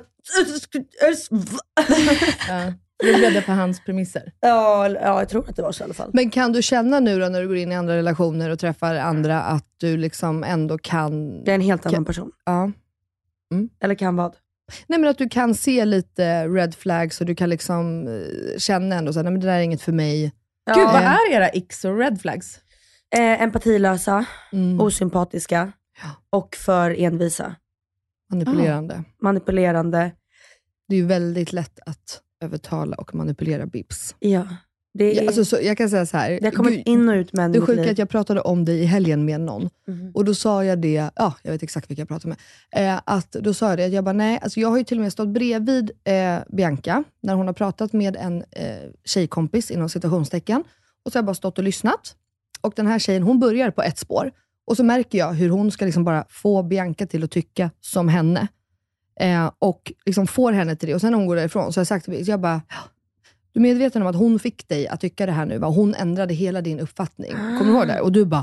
Ja. Då blev det på hans premisser. ja, ja, jag tror att det var så i alla fall. Men kan du känna nu då när du går in i andra relationer och träffar andra att du liksom ändå kan... Det är en helt annan Kan- person. Ja. Eller kan vad? Nej, men att du kan se lite red flags och du kan liksom eh, känna ändå så här, nej men det där är inget för mig. Ja, Gud, vad eh, är era X och red flags? eh, empatilösa, Mm. osympatiska och för envisa. Manipulerande. Manipulerande. Det är ju väldigt lätt att övertala och manipulera bips. Ja. Det, är, Ja, alltså, så, jag kan säga så här. det har kommit Gud, in och ut med en det i mitt sjuka är liv. att jag pratade om dig i helgen med någon. Mhm. Och då sa jag det, ja, jag vet exakt vilka jag pratade med. Eh, att då sa jag det, att jag bara nej, alltså jag har ju till och med stått bredvid eh, Bianca, när hon har pratat med en eh, tjejkompis inom citationstecken. Och så har jag bara stått och lyssnat. Och den här tjejen, hon börjar på ett spår. Och så märker jag hur hon ska liksom bara få Bianca till att tycka som henne. Eh, och liksom får henne till det. Och sen när hon går därifrån så har jag sagt till Bianca, jag bara, du är medveten om att hon fick dig att tycka det här nu, va? Hon ändrade hela din uppfattning. Kommer du ihåg det? Och du bara,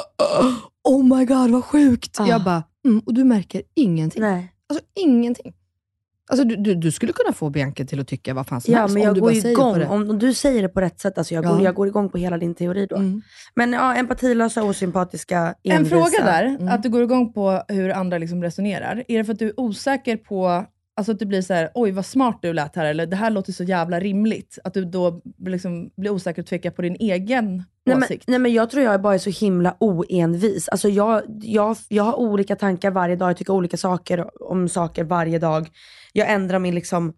oh my god vad sjukt. Ah. Jag bara, mm, och du märker ingenting. Nej. Alltså ingenting. Alltså du, du, du skulle kunna få Bianca till att tycka vad fan som Ja, helst. men om jag du går bara ju säger igång. på det. Om, om du säger det på rätt sätt, alltså jag, Ja. går, jag går igång på hela din teori då. Mm. Men ja, empatilösa, osympatiska, En envisa. fråga där, Mm. att du går igång på hur andra liksom resonerar. Är det för att du är osäker på, alltså att du blir så här, oj vad smart du lät här, eller det här låter så jävla rimligt. Att du då liksom blir osäker och tvekar på din egen Nej men, åsikt. nej men jag tror jag bara är så himla oenvis. Alltså jag, jag, jag har olika tankar varje dag, jag tycker olika saker om saker varje dag. Jag ändrar min liksom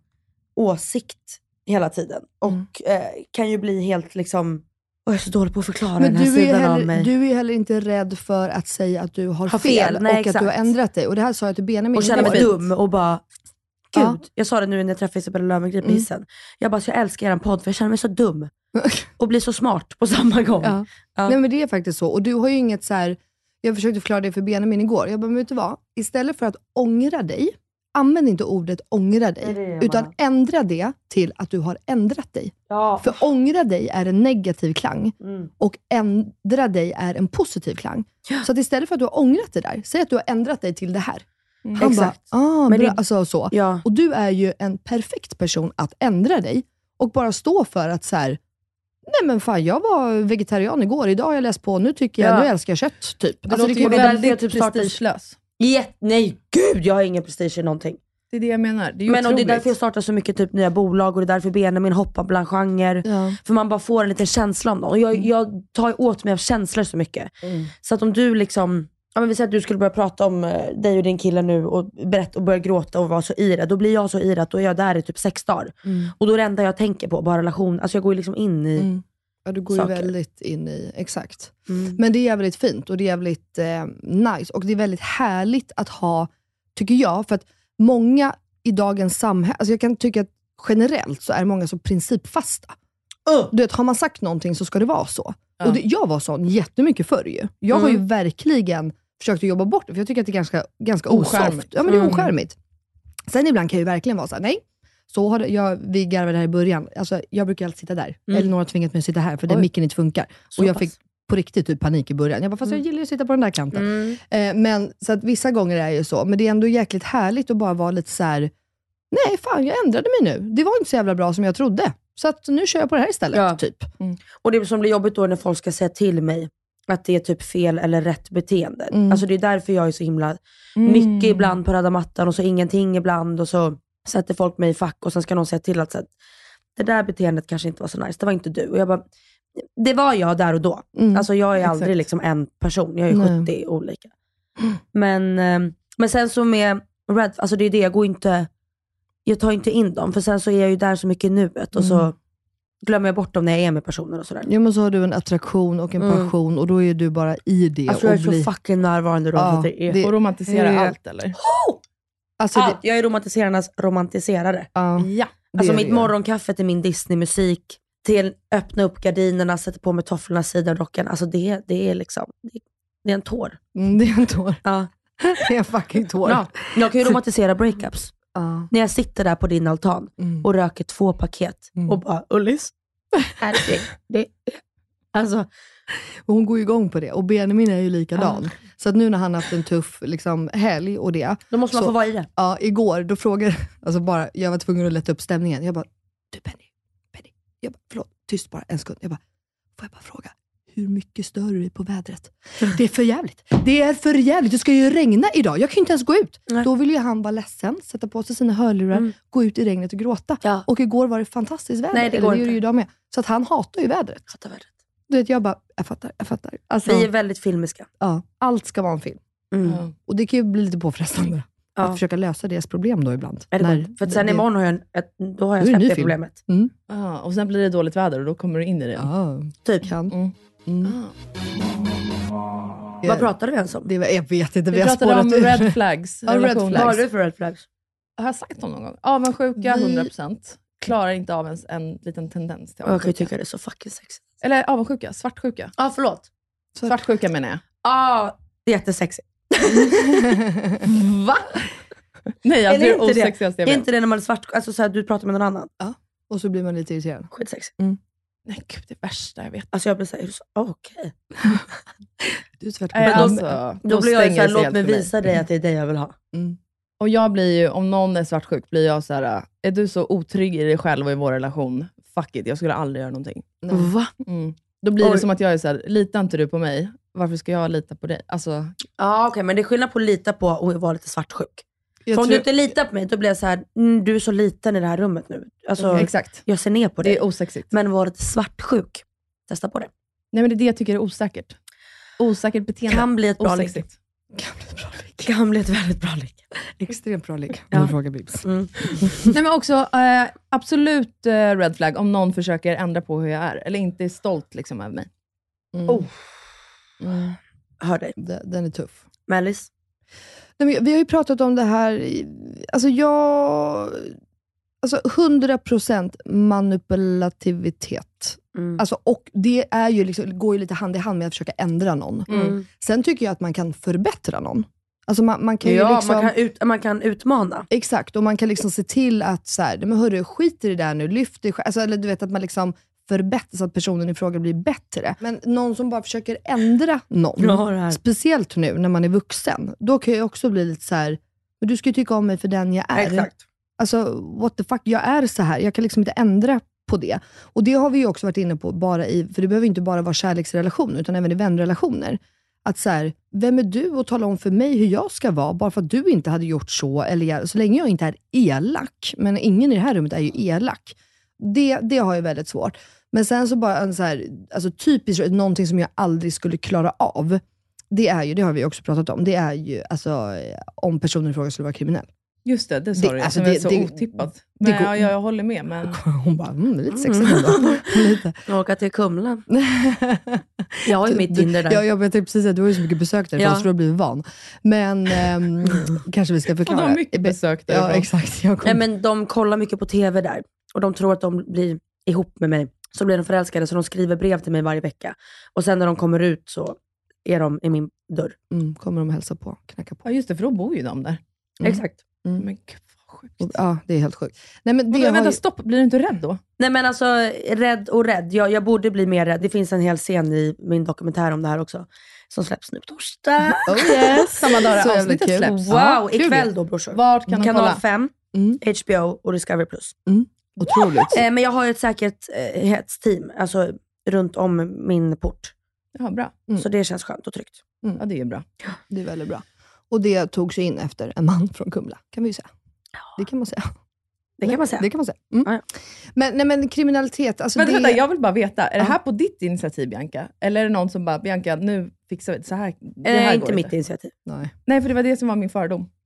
åsikt hela tiden. Och Mm. eh, kan ju bli helt liksom, oh, jag är så dålig på att förklara Men den här du är, sidan av heller, mig. du är heller inte rädd för att säga att du har, Har fel, fel, nej, och att du har exakt. ändrat dig. Och det här sa jag till Benjamin Och känner mig igår. dum och bara, gud. Ja. Jag sa det nu när jag träffade Isabella Löwengrip på Mm. hissen. Jag bara, så jag älskar er podd för jag känner mig så dum. Och blir så smart på samma gång. Ja. Ja. Nej men det är faktiskt så. Och du har ju inget så här. Jag försökte förklara det för Benjamin igår. Jag bara, men vet du vad? Istället för att ångra dig, använd inte ordet ångra dig. Nej, det är utan bara- ändra det till att du har ändrat dig. Ja. För ångra dig är en negativ klang. Mm. Och ändra dig är en positiv klang. Så att istället för att du har ångrat det där, säg att du har ändrat dig till det här. Han Exakt. bara, ah, Men bra. det- Alltså, så. Ja. Och du är ju en perfekt person att ändra dig. Och bara stå för att så här, nej men fan jag var vegetarian igår, idag har jag läst på, nu tycker jag, Ja. nu älskar jag kött typ. Det Alltså, låter det ju kan det vara är därför jag väldigt typ startar- prestigelös. Jätte- nej, gud jag har ingen prestige i någonting. Det är det jag menar. Det är ju Men och det är otroligt. därför jag startar så mycket typ nya bolag och det är därför Benjamin hoppar bland genrer. Ja. För man bara får en liten känsla om dem. Och jag, jag tar åt mig av känslor så mycket. Mm. Så att om du liksom, ja men vi säger att du skulle börja prata om eh, dig och din kille nu och berätta och börja gråta och vara så irad. Då blir jag så irad, då är jag där i typ sex dagar. Mm. Och då är det enda jag tänker på bara relation. Alltså jag går ju liksom in i Mm. Ja, du går saker. ju väldigt in i, exakt. Mm. Men det är jävligt fint och det är jävligt eh, nice. Och det är väldigt härligt att ha, tycker jag, för att många i dagens samhälle, alltså jag kan tycka att generellt så är många så principfasta. Uh. Du vet, har man sagt någonting så ska det vara så. Ja. Och det, jag var sån jättemycket förr ju. Jag har ju Mm. verkligen försökt att jobba bort det, för jag tycker att det är ganska, ganska Oskärmigt. osoft. Ja men det är Mm. oskärmigt. Sen ibland kan jag ju verkligen vara så här: nej. Så har det, jag, vi garvade här i början. Alltså, jag brukar alltid sitta där. Mm. Eller några har tvingat mig att sitta här, för den Oj. micken inte funkar. Så och jag pass. fick på riktigt typ panik i början. Jag bara, fast jag gillar ju att sitta på den där kanten. Mm. Eh, men så att vissa gånger är det ju så. Men det är ändå jäkligt härligt att bara vara lite så här: nej fan jag ändrade mig nu. Det var inte så jävla bra som jag trodde. Så att nu kör jag på det här istället. Ja. Typ. Och det som blir jobbigt då när folk ska säga till mig att det är typ fel eller rätt beteende. Mm. Alltså det är därför jag är så himla mycket ibland på röda mattan och så ingenting ibland och så sätter folk mig i fack och sen ska någon säga till att, så att det där beteendet kanske inte var så nice, det var inte du. Och jag bara, det var jag där och då. Mm. Alltså jag är Exakt. aldrig liksom en person, jag är Nej. sjuttio olika. Men, eh, men sen så med Red, alltså det är det, jag går inte, jag tar inte in dem. För sen så är jag ju där så mycket i nuet. Och så glömmer jag bort dem när jag är med personer och sådär. Ja, men så har du en attraktion och en Mm. passion. Och då är du bara i det. Alltså och jag är blir... så fucking närvarande då. Ja, det är... det- Och romantisera det är- allt eller? Alltså, Allt. Jag är romantiserarnas romantiserare. Ja. Ja. Alltså är mitt det. morgonkaffe till min Disney-musik. Till öppna upp gardinerna, sätta på mig tofflorna, sidenrocken. Alltså det, det är liksom, det, det är en tår. Mm, det är en tår. Ja. Det är en fucking tår. Ja. Jag kan ju romantisera breakups. Ja. När jag sitter där på din altan Mm. och röker två paket Mm. och bara, Ullis, är det, det, alltså, Och hon går ju igång på det. Och Benjamin är ju likadan. Ja. Så att nu när han haft en tuff liksom, helg och det. då måste man så, få vara i det. Ja, igår då frågade, alltså bara, jag var tvungen att lätta upp stämningen. Jag bara, du Penny, Penny. Jag bara, förlåt, tyst bara en sekund. Jag bara, får jag bara fråga, hur mycket stör du dig på vädret? Det är för jävligt. Det är för jävligt. Det ska ju regna idag. Jag kan ju inte ens gå ut. Nej. Då vill ju han vara ledsen, sätta på sig sina hörlurar, Mm. gå ut i regnet och gråta. Ja. Och igår var det fantastiskt väder. Nej, det Eller går det är inte. ju idag med. Så att han hatar ju vädret. Fattar vädret. Du vet, jag bara, jag fattar, jag fattar. Alltså, Vi är väldigt filmiska. ja, allt ska vara en film. Mm. Ja. Och det kan ju bli lite påfrestande. Ja. Att försöka lösa deras problem då ibland. Är det När gott? För att sen det- imorgon har jag, en, ett, då har jag Då är det en släppt ny det film. problemet. Mm. Ah, och sen blir det dåligt väder och då kommer du in i det. Ja, Typ. kan. Mm. Mm. Vad pratade vi ens om? Det var, jag vet inte, vi, Vi har pratade om spårat ur. red flags. Ja, red relationer. Vad har flags. du för red flags? Har jag sagt dem någon gång? Avundsjuka, Vi- hundra procent. Klarar inte av ens en liten tendens till Jag kan ju avundsjuka. tycka det är så fucking sexigt. Eller avundsjuka, svartsjuka. Ja, ah, förlåt. Svartsjuka menar jag. Ja, ah, det är jättesexigt. Va? Nej, jag Eller blir inte det? osexigaste jag Är vet. inte det när man är svart, alltså så här, du pratar med någon annan? Och så blir man lite irriterad. Skitsexigt. Nej gud, det värsta jag vet. Alltså jag blir såhär, så, oh, okej. Du är svart. Nej, Men då- alltså, Då blir jag ju stänger såhär, sig låt helt mig för mig. visa dig att det är det jag vill ha. Mm. Och jag blir ju, om någon är svartsjuk, blir jag så här: är du så otrygg i dig själv och i vår relation? Fuck it, jag skulle aldrig göra någonting. Va? Mm. Då blir det Oj. som att jag är så här: litar inte du på mig? Varför ska jag lita på dig? Alltså, Ja ah, okej, okay, men det är skillnad på att lita på och vara lite svartsjuk. Jag För om tror- du inte litar på mig, då blir jag så här: mm, du är så liten i det här rummet nu. Alltså, exakt. jag ser ner på Det dig. är osexigt. Men var lite svartsjuk. Testa på det. Nej men det är det jag tycker är osäkert. Osäkert beteende. Kan bli ett bra ligg. Osexigt. Kan bli ett väldigt bra ligg. Extremt bra ligg. Ja. Om du frågar Bibs. Mm. Nej men också, eh, absolut eh, red flag om någon försöker ändra på hur jag är. Eller inte är stolt liksom över mig. Mm. Oh. Mm. Hör dig. Den- Den är tuff. Mellis? Nej, men vi har ju pratat om det här, i- alltså jag, alltså hundra procent manipulativitet. Mm. Alltså, och det är ju liksom, går ju lite hand i hand med att försöka ändra någon. Mm. Sen tycker jag att man kan förbättra någon. Alltså man, man kan ju Ja, liksom, man, kan ut, man kan utmana. exakt, och man kan liksom se till att så här, men hörru, skit i det där nu, lyft dig själv. Alltså, eller du vet att man liksom förbättrar så att personen i fråga blir bättre. Men någon som bara försöker ändra någon, Ja, det här. speciellt nu när man är vuxen, då kan jag också bli lite så här: men du ska ju tycka om mig för den jag är. Exakt. Alltså, what the fuck, jag är så här. Jag kan liksom inte ändra på det. Och det har vi ju också varit inne på, bara i, för det behöver inte bara vara kärleksrelationer, utan även i vänrelationer. Att så här, vem är du att tala om för mig hur jag ska vara, bara för att du inte hade gjort så, eller jag, så länge jag inte är elak, men ingen i det här rummet är ju elak. Det, det har jag väldigt svårt. Men sen så bara en så här, alltså typiskt, någonting som jag aldrig skulle klara av, det är ju, det har vi också pratat om, det är ju alltså, om personen i fråga skulle vara kriminell. Just det, det sa Det- du. alltså Som är det- så det- otippat. det Men går- ja, jag, jag håller med. Men... Hon bara, mm, det är lite sexigt ändå. Lite. Åka till Kumla. Jag har ju mitt Tinder där. Ja, jag tänkte precis säga, du har ju så mycket besök där, Ja. så jag tror du har blivit van. Men ehm, kanske vi ska förklara. Och de har mycket besök därifrån. Ja, exakt. Jag kom... Nej, men de kollar mycket på tv där. Och de tror att de blir ihop med mig. Så blir de förälskade, så de skriver brev till mig varje vecka. Och sen när de kommer ut så är de i min dörr. mm, kommer de hälsa på, knacka på. Ja just det, för då bor ju de där. Mm. Exakt. Mm. Men gud vad sjukt. Och, ja, det är helt sjukt. Nej, men det Men, har vänta, ju... stopp. Blir du inte rädd då? Nej men alltså, rädd och rädd. Jag, jag borde bli mer rädd. Det finns en hel scen i min dokumentär om det här också. Som släpps nu på torsdag. Oh yes! Samma dag Så jävla avsnittet kul. släpps. Wow, Ja, kul ikväll ju. då brorsor. Vart kan de Kanal kolla? fem, Mm. H B O och Discovery plus. Otroligt. Eh, men jag har ju ett säkerhetsteam alltså, runt om min port. Ja, bra. Mm. Så det känns skönt och tryggt. Ja, det är bra. Det är väldigt bra. Och det tog sig in efter en man från Kumla, kan vi ju säga. Det kan man säga. Det kan man säga. Det kan man säga. Mm. Ja, ja. Men, nej, men kriminalitet, alltså Men det... vänta, jag vill bara veta. Är det Ja. här på ditt initiativ, Bianca? Eller är det någon som bara, Bianca, nu fixar vi det så här? Det Eh, här inte går mitt initiativ. Nej. Nej, för det var det som var min fördom.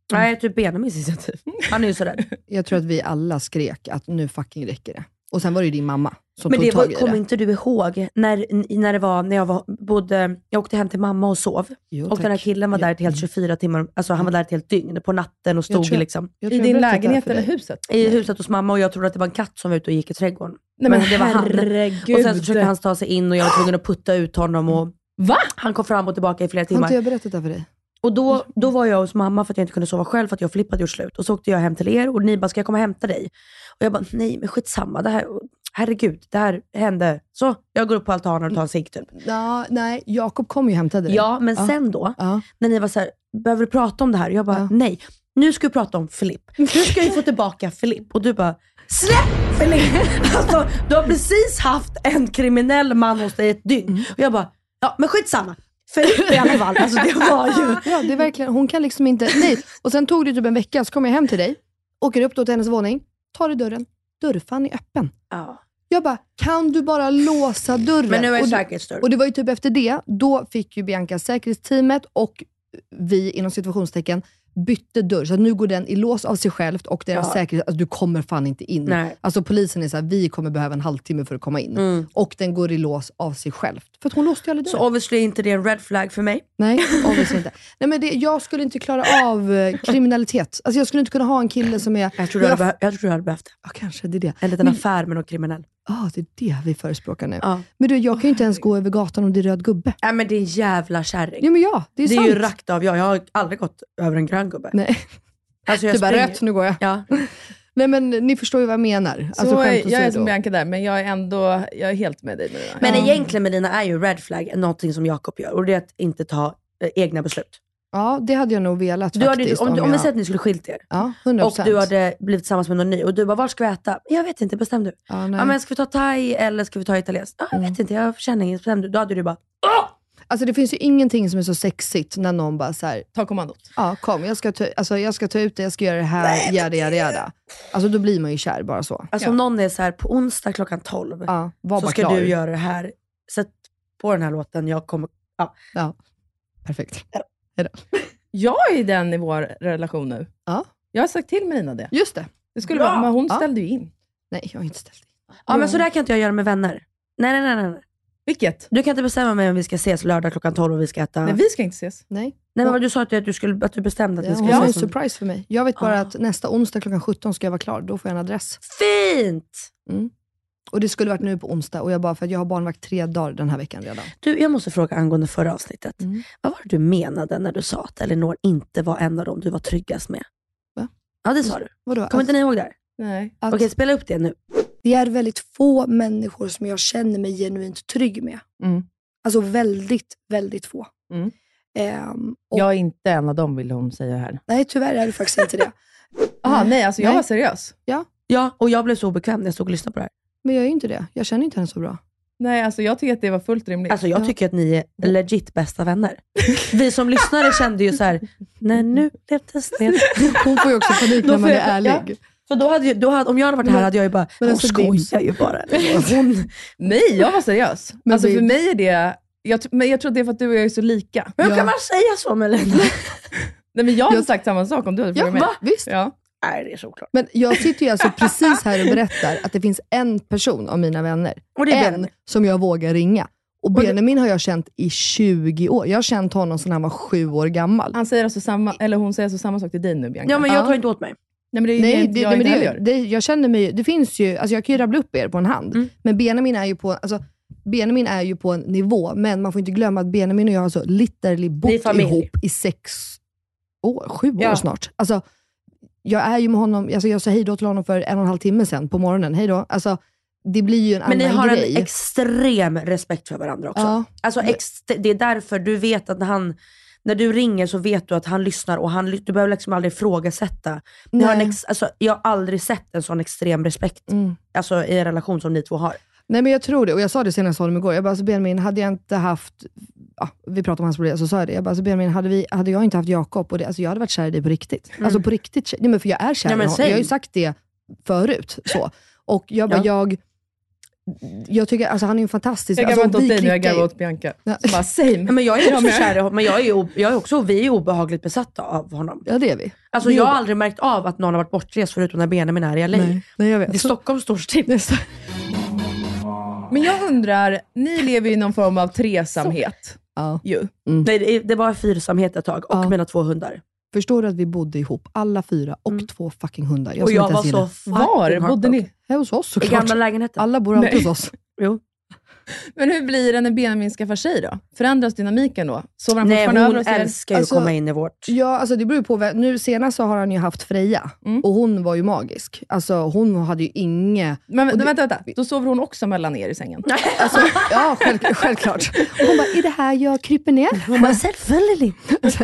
Nej, typ Benjamins initiativ. Han är ju sådär. Jag tror att vi alla skrek att nu fucking räcker det. Och sen var det ju din mamma som Men tog det tag var, i kommer det. inte du ihåg när, när det var, när jag var, bodde, jag åkte hem till mamma och sov. Jo, och tack. den här killen var där ett helt tjugofyra timmar, alltså han var där ett helt dygn på natten och stod tror- liksom. Jag tror I jag din berättade det lägenhet för eller dig. huset? I huset hos mamma och jag trodde att det var en katt som var ute och gick i trädgården. Nej, men det var han. herregud. Och sen så försökte han ta sig in och jag var tvungen att putta ut honom och Va? han kom fram och tillbaka i flera Har timmar. inte jag berättat det för dig? Och då, då var jag hos mamma för att jag inte kunde sova själv för att jag och Filip hade gjort slut. Och så åkte jag hem till er och ni bara, ska jag komma och hämta dig? Och jag bara, nej men skitsamma, det här, herregud, det här hände. Så jag går upp på altanen och tar en cigg typ. Ja, nej, Jakob kom ju och hämtade dig. Ja, men Ja. sen då, Ja. när ni var så här, behöver du prata om det här? Jag bara, Ja. nej. Nu ska vi prata om Filip. Nu ska vi få tillbaka Filip. Och du bara, släpp Filip! Alltså, du har precis haft en kriminell man hos dig ett dygn. Och jag bara, ja men skitsamma. Filip i alla fall. Alltså det var ju... Ja, det är verkligen, hon kan liksom inte, nej. Och sen tog det typ en vecka, så kom jag hem till dig, åker upp då till hennes våning, tar i dörren, dörrfan är öppen. Ja. Jag bara, kan du bara låsa dörren? Men nu är och, det, säkerhetsdörr. och det var ju typ efter det, då fick ju Bianca säkerhetsteamet och vi inom situationstecken bytte dörr. Så att nu går den i lås av sig självt och deras Ja. säkerhet, alltså du kommer fan inte in. Nej. Alltså polisen är så här, vi kommer behöva en halvtimme för att komma in. Mm. Och den går i lås av sig självt. För att hon låste ju aldrig Så dörren. obviously inte det är en red flag för mig. Nej, obviously inte. Nej, men det, jag skulle inte klara av eh, kriminalitet. Alltså jag skulle inte kunna ha en kille som är... Jag tror du hade, behö- jag tror du hade behövt det. Ja, kanske det är det. En liten Men- affär med någon kriminell. Ja, ah, det är det vi förespråkar nu. Ja. Men du, jag kan ju inte ens gå över gatan om det är röd gubbe. Nej men det är en jävla kärring. Ja, men ja, det är Det är sant. ju rakt av jag. Jag har aldrig gått över en grön gubbe. Nej, Alltså jag det är bara springer- rött, nu går jag. Ja. Nej, men ni förstår ju vad jag menar. Så Alltså, skämt jag är åsido. som Bianca där, men jag är ändå jag är helt med dig nu. Men egentligen Medina är ju red flag, någonting som Jakob gör. Och det är att inte ta eh, egna beslut. Ja, det hade jag nog velat Du hade, faktiskt. om, om, jag... om vi säger att ni skulle skilt er. Ja, hundra Och procent. du hade blivit tillsammans med någon ny. Och du bara, var ska vi äta? Jag vet inte, bestäm du. Ja, nej. Ja, men ska vi ta thai eller ska vi ta italienskt? Ja, jag vet inte, jag känner inget, bestäm du. Då hade du bara, Alltså det finns ju ingenting som är så sexigt när någon bara så här, Ta kommandot. ja kom, jag ska, ta, alltså, jag ska ta ut det, jag ska göra det här, jada jada jada. Alltså då blir man ju kär bara så. alltså om någon är så här på onsdag klockan tolv. Ja, var Så bara ska klar. du göra det här. Sätt på den här låten, jag kommer, ja. Ja, perfekt. Jag är i den i vår relation nu. Ja. Jag har sagt till Medina det. Just det. Det skulle Bra. vara, men hon Ja. ställde ju in. Nej, jag har inte ställt in. Ja men så där kan inte jag göra med vänner. Nej nej nej nej. Vilket? Du kan inte bestämma mig om vi ska ses lördag klockan tolv och vi ska äta. Nej, vi ska inte ses. Nej. Nej men vad du sa att du, skulle, att du bestämde att Ja, vi hon skulle har en ses. surprise för mig. Jag vet bara Ah. att nästa onsdag klockan sjutton ska jag vara klar. Då får jag en adress. Fint! Mm. Och det skulle varit nu på onsdag. Och jag bara, för att jag har barnvakt tre dagar den här veckan redan. Du, jag måste fråga angående förra avsnittet. Mm. Vad var det du menade när du sa att Elinor inte var en av dem du var tryggast med? Va? Ja, det sa du. Vadå? Kommer inte ni ihåg det? Nej. Att- Okej, spela upp det nu. Det är väldigt få människor som jag känner mig genuint trygg med. Mm. Alltså väldigt, väldigt få. Mm. Ehm, och, Jag är inte en av dem, vill hon säga här. Nej, tyvärr är det faktiskt inte det. Jaha, nej, alltså jag Nej. var seriös. Ja, Ja, och jag blev så obekväm när jag stod och lyssnade på det här. men jag är ju inte det. Jag känner inte henne så bra. Nej, alltså jag tycker att det var fullt rimligt. Alltså jag Ja. tycker att ni är legit bästa vänner. Vi som lyssnare kände ju så här: nej nu blev det snett. Hon får ju också panik Då när man får är jag- ärlig. ja. För då hade, ju, då hade, om jag hade varit här hade jag ju bara, Men hon alltså, skojar ju bara. Hon, Nej, jag var seriös. Men alltså vi- för mig är det... Jag, tr- men jag tror att det är för att du och jag är så lika. hur Ja. kan man säga så med Lena? Nej, men jag hade Jag- sagt samma sak om du hade Ja, frågat mig. va? Visst. Ja. Nej, det är såklart. Men jag sitter ju alltså precis här och berättar att det finns en person av mina vänner. Och det är en Benjamin. som jag vågar ringa. Och det- Benjamin har jag känt i tjugo år. Jag har känt honom sedan han var sju år gammal. Han säger alltså samma, eller hon säger alltså samma sak till dig nu, Bianca. Ja men jag Ja. tar inte åt mig. Nej, men det är ju Nej, det, det, jag det, men inte det, heller gör. det, jag känner mig, det finns ju, alltså jag kan ju rabbla upp er på en hand. Mm. Men Benjamin är ju på, alltså Benjamin är ju på en nivå, men man får inte glömma att Benjamin och jag har alltså literally Det är bott familj. ihop i sex år, sju år Ja. snart. Alltså, jag är ju med honom, alltså jag sa hej då till honom för en och en halv timme sedan på morgonen. Hej då. Alltså, det blir ju en Men ni annan har grej. en extrem respekt för varandra också. Ja. Alltså ex, det är därför du vet att när han, när du ringer så vet du att han lyssnar och han, du behöver liksom aldrig ifrågasätta. Ni har en Nej. ex, alltså, jag har aldrig sett en sån extrem respekt Mm. alltså, i en relation som ni två har. Nej men jag tror det, och jag sa det senast honom igår. Jag bara, alltså Benjamin, hade jag inte haft, ja, vi pratade om hans problem, så sa jag det. Jag bara, alltså Benjamin, hade, vi, hade jag inte haft Jakob, och det, alltså jag hade varit kär i dig på riktigt. Mm. Alltså på riktigt kär. Nej men för jag är kär Ja, i men honom. säg. Jag har ju sagt det förut. Så. Och jag bara, Ja. jag, jag tycker, alltså han är en fantastisk... Jag garvar alltså, inte åt dig, klickar... jag garvar åt Bianca. Ja. Bara same. Men jag är också kär, men jag är ju, jag är också, vi är obehagligt besatta av honom. Ja, det är vi. Alltså vi jag har jobbar. aldrig märkt av att någon har varit bortrest förutom när Benjamin är i L A. Nej, nej, jag vet. Det är Stockholm står still. Men jag undrar, ni lever ju i någon form av tresamhet. Ja. Ju. Mm. Nej, det, det var fyrsamhet ett tag och Ja. mina två hundar. Förstår du att vi bodde ihop, alla fyra och Mm. två fucking hundar. Jag Och som jag inte var ens så gillar. Var fucking bodde ni? Här hos oss I såklart. gamla lägenheten. Alla bor alltid Nej. hos oss. Jo. Men hur blir det när Benjamin skaffar sig då? Förändras dynamiken då? Sover han Nej, fortfarande hon över hos er? älskar ju Alltså, att komma in i vårt... Ja, alltså det beror ju på. Nu senast så har han ju haft Freja. Mm. Och hon var ju magisk. Alltså hon hade ju inge... Men och det- vänta, vänta. Då sover hon också mellan er i sängen? Alltså, ja, själv, självklart. Och hon bara, är det här jag kryper ner? Hon bara, självföljd.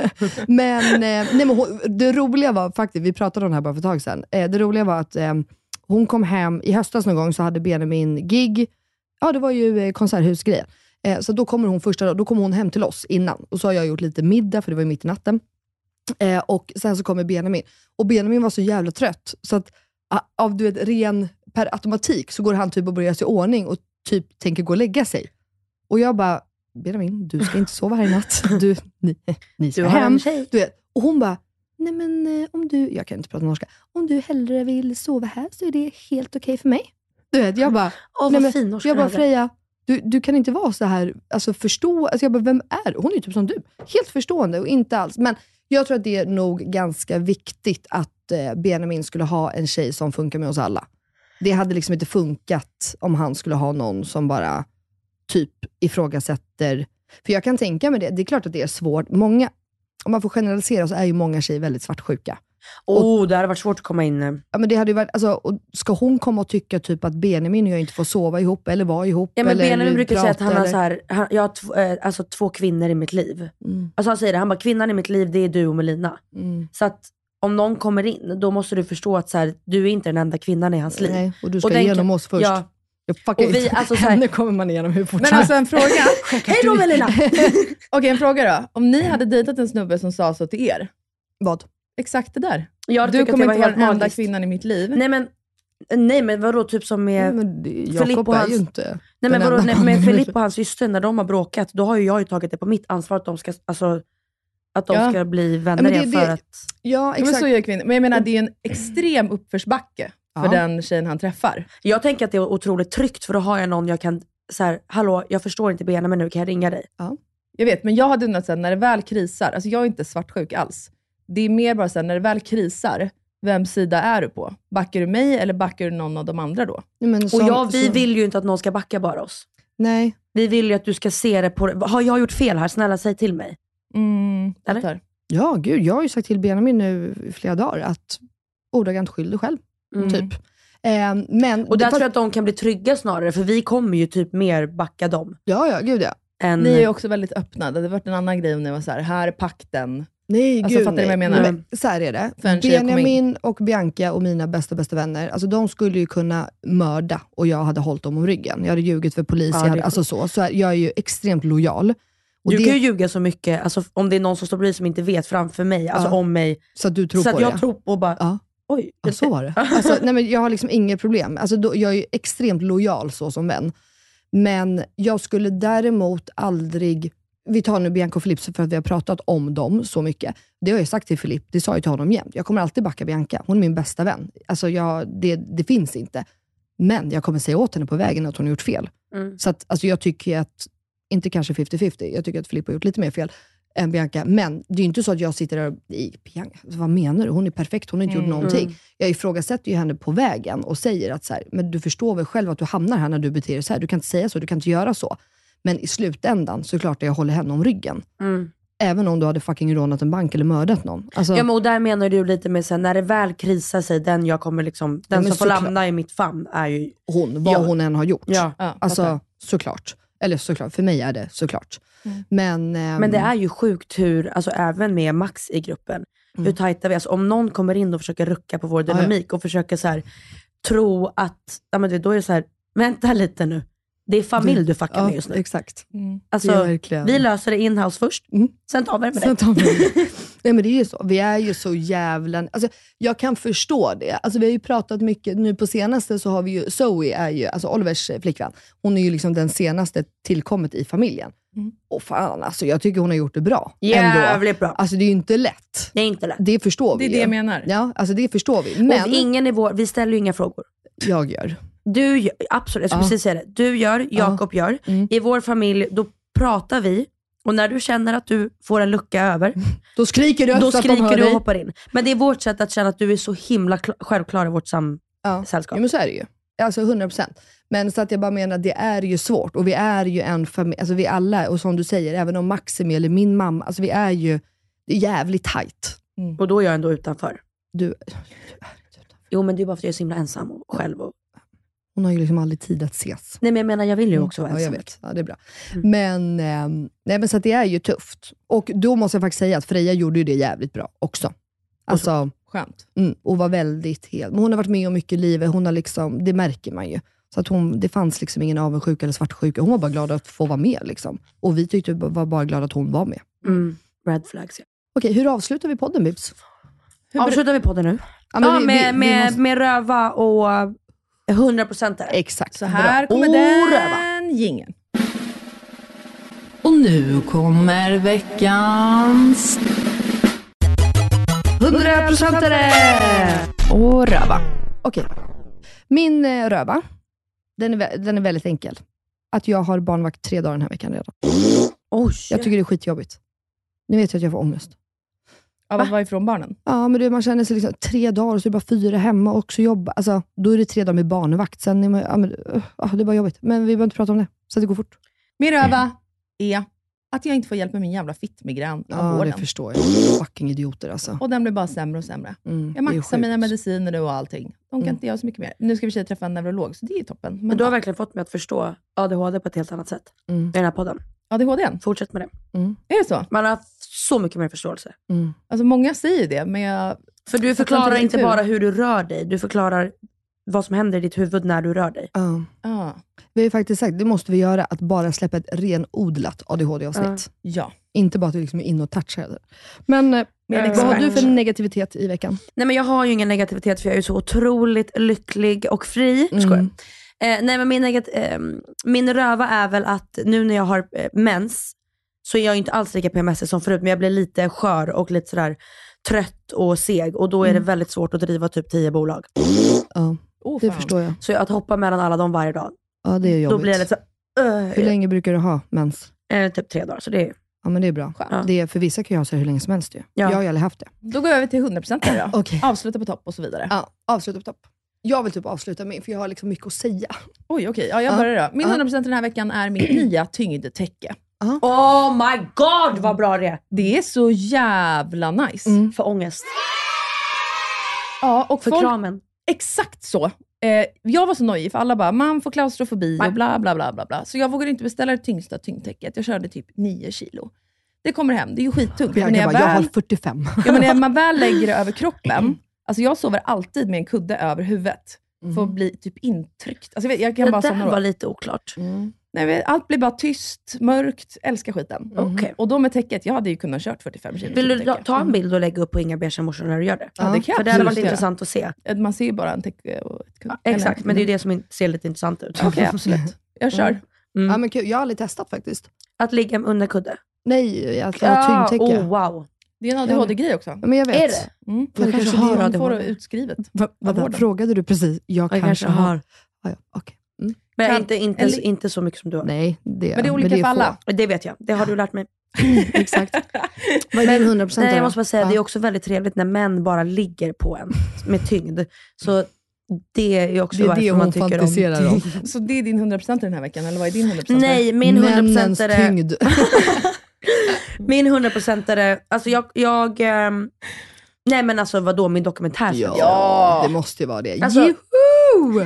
Men, eh, nej, men hon, det roliga var faktiskt, vi pratade om det här bara för ett tag sedan. Eh, det roliga var att eh, hon kom hem, i höstas någon gång så hade Benjamin gig. Ja, det var ju eh, konserthusgrejen. Eh, så då kommer hon första, då kommer hon hem till oss innan. Och så har jag gjort lite middag, för det var ju mitt i natten. Eh, och sen så kommer Benjamin. Och Benjamin var så jävla trött. Så att ah, av du vet, ren per automatik så går han typ och börjar sig i ordning och typ tänker gå och lägga sig. Och jag bara, Benjamin, du ska inte sova här i natt. Du, ni, ni ska Du har hem. en tjej. Du vet. Och hon bara, nej men eh, om du, jag kan inte prata norska. Om du hellre vill sova här så är det helt okej för mig. Du vet, jag bara, Åh, nej, vad men, fin norska jag bara, hade. Freja, du, du kan inte vara så här, alltså förstå, alltså jag bara, vem är du? Hon är ju typ som du. Helt förstående och inte alls. Men jag tror att det är nog ganska viktigt att eh, Benjamin skulle ha en tjej som funkar med oss alla. Det hade liksom inte funkat om han skulle ha någon som bara typ ifrågasätter. För jag kan tänka mig det, det är klart att det är svårt. Många, om man får generalisera så är ju många tjejer väldigt svartsjuka. Oh, det hade varit svårt att komma in. Ja, men det hade ju varit, alltså, och ska hon komma och tycka typ att Benjamin och jag inte får sova ihop eller vara ihop? Ja, men eller Benjamin brukar prata, säga att han har eller... så här, han, jag har tv, eh, alltså två kvinnor i mitt liv. Mm. Alltså han säger det, han bara, kvinnan i mitt liv det är du och Melina. Mm. Så att om någon kommer in, då måste du förstå att så här, du är inte den enda kvinnan i hans liv. Nej, och du ska och den igenom kan- oss först. Ja. Jag fuckar Och vi, inte. alltså, så här- Henne kommer man igenom hur fort Men som alltså en helst. fråga. Hej då Melina! Okej, en fråga då. Om ni hade dejtat en snubbe som sa så till er. Vad? Exakt det där. Jag Du tycker kommer att det inte var vara helt den enda magiskt. kvinnan i mitt liv. Nej men, nej men vadå, typ som med Nej, men det- Filip Jakob och är hans... ju inte Nej men den vadå, enda nej, mannen i men mitt Filip liv. och hans syster, när de har bråkat, då har ju jag ju tagit det på mitt ansvar att de ska, alltså, att de Ja. ska bli vänner men det- igen för det- att... Ja, Ja, men exakt. så gör kvinnor. Men jag menar, det är en extrem uppförsbacke för Ja. den tjejen han träffar. Jag tänker att det är otroligt tryggt, för då har jag någon jag kan, så här, hallå, jag förstår inte Benjamin nu, kan jag ringa dig? Jag vet, men jag hade undrat sen när det väl krisar, alltså jag är inte svartsjuk alls. Det är mer bara sen när det väl krisar, vem sida är du på? Backar du mig eller backar du någon av de andra då? Nej, men Och som- jag, vi som- vill ju inte att någon ska backa bara oss. Nej. Vi vill ju att du ska se det på... Har jag gjort fel här? Snälla, säg till mig. Mm, Eller? fattar. Ja, gud, jag har ju sagt till Benjamin nu i flera dagar att ordagrant skyll dig själv. Mm. Typ. Eh, men, Och där fast- tror jag att de kan bli trygga snarare, för vi kommer ju typ mer backa dem. Ja, ja, gud ja. Än... Ni är ju också väldigt öppna. Det hade varit en annan grej om ni var så här, här är pakten. Nej, Alltså, gud, fattar ni vad jag nej. menar? Men, så här är det. För en tjej att komma in. Benjamin och Bianca och mina bästa, bästa vänner, alltså de skulle ju kunna mörda och jag hade hållit dem om ryggen. Jag hade ljugit för polis, Ja, jag det hade, är alltså så. Så jag är ju extremt lojal. Och Du det, kan ju ljuga så mycket, alltså, om det är någon som står bredvid som inte vet framför mig, alltså Ja. om mig. så att du tror Så på att jag det. tror på och bara, Ja. oj. Ja, så var det. Alltså, nej, men jag har liksom inget problem. Alltså, då, jag är ju extremt lojal så som vän. Men jag skulle däremot aldrig... Vi tar nu Bianca och Filip för att vi har pratat om dem så mycket. Det har jag sagt till Filip, det sa jag till honom jämt. Jag kommer alltid backa Bianca. Hon är min bästa vän. Alltså jag, det, det finns inte. Men jag kommer säga åt henne på vägen att hon har gjort fel. Mm. Så att, alltså jag tycker att, inte kanske femtio femtio, jag tycker att Filip har gjort lite mer fel än Bianca. Men det är ju inte så att jag sitter där och, nej, Bianca, alltså, vad menar du? Hon är perfekt, hon har inte Mm. gjort någonting. Mm. Jag ifrågasätter ju henne på vägen och säger att så här, men du förstår väl själv att du hamnar här när du beter dig så här. Du kan inte säga så, du kan inte göra så. Men i slutändan så är det klart att jag håller henne om ryggen. Mm. Även om du hade fucking rånat en bank eller mördat någon. Alltså, Ja, men och där menar du lite med sen när det väl krisar sig, den jag kommer liksom, den men som får såklart. lämna i mitt famn är ju hon, vad Ja. hon än har gjort. Ja, Ja, Alltså fattar. såklart. Eller såklart, för mig är det såklart. Mm. Men, ehm, Men det är ju sjukt hur, alltså även med Max i gruppen, Mm. hur tajta vi är. Alltså, om någon kommer in och försöker rucka på vår ja. dynamik och försöker så här, tro att, ja men det, då är det så här, vänta lite nu. Det är familj det, du fuckar ja, med just nu. Exakt. Mm. Alltså, vi löser det in-house först, mm. sen tar vi det med sen dig. tar vi det. Nej, men det är ju så. Vi är ju så jävla... Alltså, jag kan förstå det. Alltså, vi har ju pratat mycket, nu på senaste så har vi ju, Zoe är ju, alltså Olivers flickvän. Hon är ju liksom den senaste tillkommet i familjen. Mm. Och fan, alltså jag tycker hon har gjort det bra. Jävligt ändå. bra. Alltså det är ju inte lätt. Det är inte lätt. Det förstår vi Det är ju. det jag menar. Ja, alltså det förstår vi. Men... Och ingen i vår, vi ställer ju inga frågor. Jag gör. Du gör, absolut, jag ska Ja. precis säga det. Du gör, Jakob Ja. gör. Mm. I vår familj, då pratar vi. Och när du känner att du får en lucka över, då skriker du, då så att de hör skriker du dig. och hoppar in. Men det är vårt sätt att känna att du är så himla kl- självklar i vårt sam- ja. sällskap. Ja, men så är det ju. Alltså hundra procent. Men så att jag bara menar, det är ju svårt. Och vi är ju en familj, alltså vi alla, och som du säger, även om Maximi eller min mamma, alltså vi är ju, det är jävligt tajt. Mm. Och då är jag ändå utanför. Du, du är inte utanför. Jo, men det är bara för att jag är så himla ensam och själv. Och... Hon har ju liksom aldrig tid att ses. Nej, men jag menar, jag vill ju också vara ensam. Ja, jag vet. Ja, det är bra. Mm. Men, eh, nej, men så att det är ju tufft. Och då måste jag faktiskt säga att Freja gjorde ju det jävligt bra också. Alltså, skönt. Mm, och var väldigt hel. Men hon har varit med om mycket i livet. Hon har liksom, det märker man ju. Så att hon, det fanns liksom ingen avundsjuka eller svartsjuka. Hon var bara glad att få vara med. Liksom. Och vi tyckte var bara glada att hon var med. Mm. Red flags, ja. Okej, hur avslutar vi podden, Bibs? Hur avslutar vi podden nu? Ja, men ja vi, med, vi, med, vi måste... med röva och hundra procent. Exakt. Så här bra. kommer Och den röva. jingeln. Och nu kommer veckans... Hundraprocentare! Och röva. Okej. Min eh, röva, den är, vä- den är väldigt enkel. Att jag har barnvakt tre dagar den här veckan redan. Oh, jag tycker det är skitjobbigt. Ni vet ju att jag får ångest. Av att vara ifrån barnen? Ja, men det, man känner sig liksom tre dagar och så är det bara fyra hemma och också jobba. Alltså, då är det tre dagar med barnvakt. Sen är man, ja, men, uh, det är bara jobbigt. Men vi behöver inte prata om det. Så att det går fort. Min röva är att jag inte får hjälp med min jävla fittmigrän av Ja, vården. det förstår jag. Fucking idioter alltså. Och den blir bara sämre och sämre. Mm, jag det är maxar sjukt. mina mediciner nu och allting. De kan Mm. inte göra så mycket mer. Nu ska vi tjejer träffa en neurolog, så det är ju toppen. Men, Men du har verkligen fått mig att förstå A D H D på ett helt annat sätt. Mm. I den här podden. A D H D? Fortsätt med det. Mm. Är det så? Man har haft så mycket mer förståelse. Mm. Alltså många säger det, men jag... För du förklarar inte bara hur du rör dig. Du förklarar vad som händer i ditt huvud när du rör dig. Ja. Ah. Vi har ju faktiskt sagt, det måste vi göra, att bara släppa ett renodlat A D H D-avsnitt. Ja. Inte bara att vi liksom är inne och touchar det. Men eh, vad har du för negativitet i veckan? Nej, men jag har ju ingen negativitet för jag är ju så otroligt lycklig och fri. Mm. Skojar. Eh, nej men min, negat- eh, min röva är väl att nu när jag har eh, mens så är jag inte alls lika P M S som förut, men jag blir lite skör och lite sådär trött och seg och då är Mm. det väldigt svårt att driva typ tio bolag. Ja, oh, det fan. förstår jag. Så att hoppa mellan alla dem varje dag, Ja, det är jobbigt. då blir det lite så, uh, Hur länge brukar du ha mens? eh, typ tre dagar, så det är Ja, men det är bra. Ja. Det är, för vissa kan ju ha så hur länge som helst ju. Ja. Jag har ju aldrig haft det. Då går jag över till hundra procent då. Okej. Avsluta på topp och så vidare. Ja, avsluta på topp. Jag vill typ avsluta med, för jag har liksom mycket att säga. Oj, okej. Ja, jag Ja. börjar då. Min Ja. hundra procent den här veckan är mitt nya tyngdtäcke. Oh my god vad bra det är. Det är så jävla nice. Mm. För ångest. Ja, och För folk, kramen. exakt så. Eh, jag var så nojig, för alla bara, man får klaustrofobi Nej. och bla bla bla bla bla. Så jag vågade inte beställa det tyngsta tyngdtäcket. Jag körde typ nio kilo. Det kommer hem, det är ju skittungt. Jag, Men när jag, jag, bara, jag väl, har fyrtiofem. ja, men när man väl lägger det över kroppen, alltså jag sover alltid med en kudde över huvudet. För att bli typ intryckt. Alltså jag, vet, jag kan Det bara där somna var då. lite oklart. Mm. Nej, men allt blir bara tyst, mörkt, älskar skiten. Okej. Och då med täcket, jag hade ju kunnat kört fyrtiofem kilo. Vill du tyngdtäcke. ta en bild och lägga upp på Inga Beige morsor när du gör det? Ja, det kan jag För det hade absolut varit göra. intressant att se. Man ser ju bara en täcke och ett kudde. Exakt, Eller- men det är det som in- ser lite intressant ut. Okej, absolut. Jag kör. Mm. Ja, men kul. Jag har aldrig testat faktiskt. Att ligga under kudde. Nej, att jag har tyngdtäcke. Oh, wow. Det är en A D H D-grej också. Ja, men jag vet. Är det? Mm. Jag Jag kanske kanske har har A D H D. får det utskrivet. Va, vadå, vården. frågade du precis? Jag, Jag kanske, kanske har. har. Ja, ja, okej. Mm. Men Kan- inte, inte, eller- inte så mycket som du har. Nej, det, Men det är olika för alla. Det vet jag. Det har du lärt mig. Exakt. Vad är din hundra procent? Nej, jag måste bara säga, ja. det är också väldigt trevligt när män bara ligger på en med tyngd. Så det är ju också Det är varför det man hon tycker fantiserar om. om. Så det är din hundra procent den här veckan, eller vad är din hundra procent? Nej, min hundra Männens procent är tyngd. min hundra procent är alltså jag, jag ehm, nej men alltså vadå, min dokumentär. Ja, det måste ju vara det. Alltså- Juhu!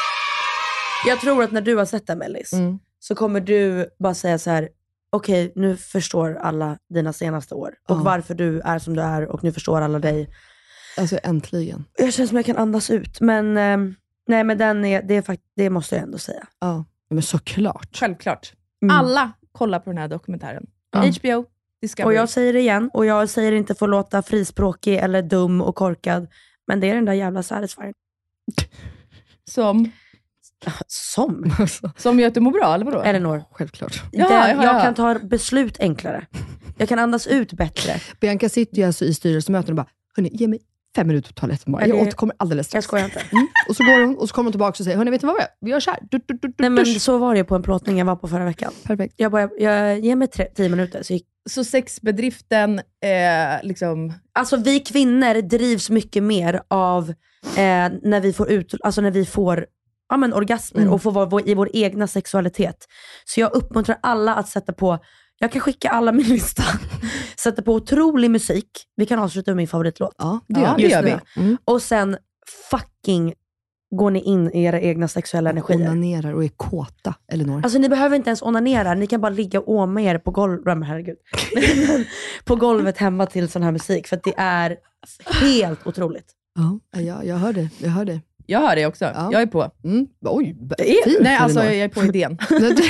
Jag tror att när du har sett den, Mellis, Mm. så kommer du bara säga så här: okej, nu förstår alla dina senaste år. Och Ja. varför du är som du är. Och nu förstår alla dig. Alltså äntligen. Jag känner som jag kan andas ut. Men, ehm, nej men den är, det, är fakt- det måste jag ändå säga. Ja. Men såklart. Självklart. Mm. Alla kollar på den här dokumentären. Ja. H B O, Discovery. Och jag säger det igen, och jag säger inte för att låta frispråkig eller dum och korkad, men det är den där jävla satisfying. Som? Som? Som gör att du mår bra, eller vadå? Elinor. Självklart. Ja, det, ja, jag ja. kan ta beslut enklare. Jag kan andas ut bättre. Bianca sitter ju alltså i styrelsemöten och bara, hörni, ge mig fem minuter på toaletten bara. Jag återkommer alldeles strax. Jag skojar inte. Mm. Och så går hon och så kommer hon tillbaka och säger, hörni, vet ni vad vi gör? Vi gör så här. Du, du, du, du, Nej, men så var det på en plåtning jag var på förra veckan. Perfekt. Jag bara, jag ger mig tre, tio minuter. Så, gick... så sexbedriften, eh, liksom... Alltså vi kvinnor drivs mycket mer av eh, när vi får ut, alltså när vi får ja, men orgasmer mm. och får vara vår, i vår egna sexualitet. Så jag uppmuntrar alla att sätta på, jag kan skicka alla min lista, sätta på otrolig musik. Vi kan avsluta med min favoritlåt. Ja, det gör, ja, det gör vi. Mm. Och sen fucking går ni in i era egna sexuella energier. Onanerar och är kåta, Elinor. Alltså ni behöver inte ens onanera. Ni kan bara ligga och åma er på golvet. Herregud. på golvet hemma till sån här musik. För att det är helt otroligt. Ja, jag, jag hör det. Jag hör det. Jag hör det också. Ja. Jag är på. Mm. Oj, är fint, nej, alltså jag är på idén.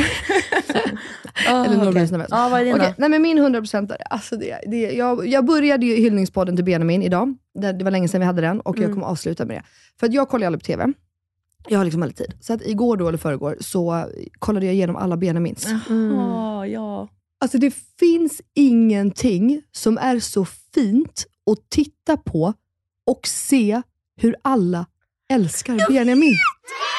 Oh, Eller okay. ah, vad är det okay. Nej, men min hundra procent alltså det, det, jag, jag började ju hyllningspodden till Benjamin idag. Det, det var länge sedan vi hade den. Och mm. jag kommer avsluta med det. För att jag kollar aldrig på tv. Jag har liksom aldrig tid. Så att igår då eller förrgår så kollade jag igenom alla Benjamins. Mm. Oh, ja. Alltså det finns ingenting som är så fint att titta på och se hur alla älskar jag Benjamin. Vet.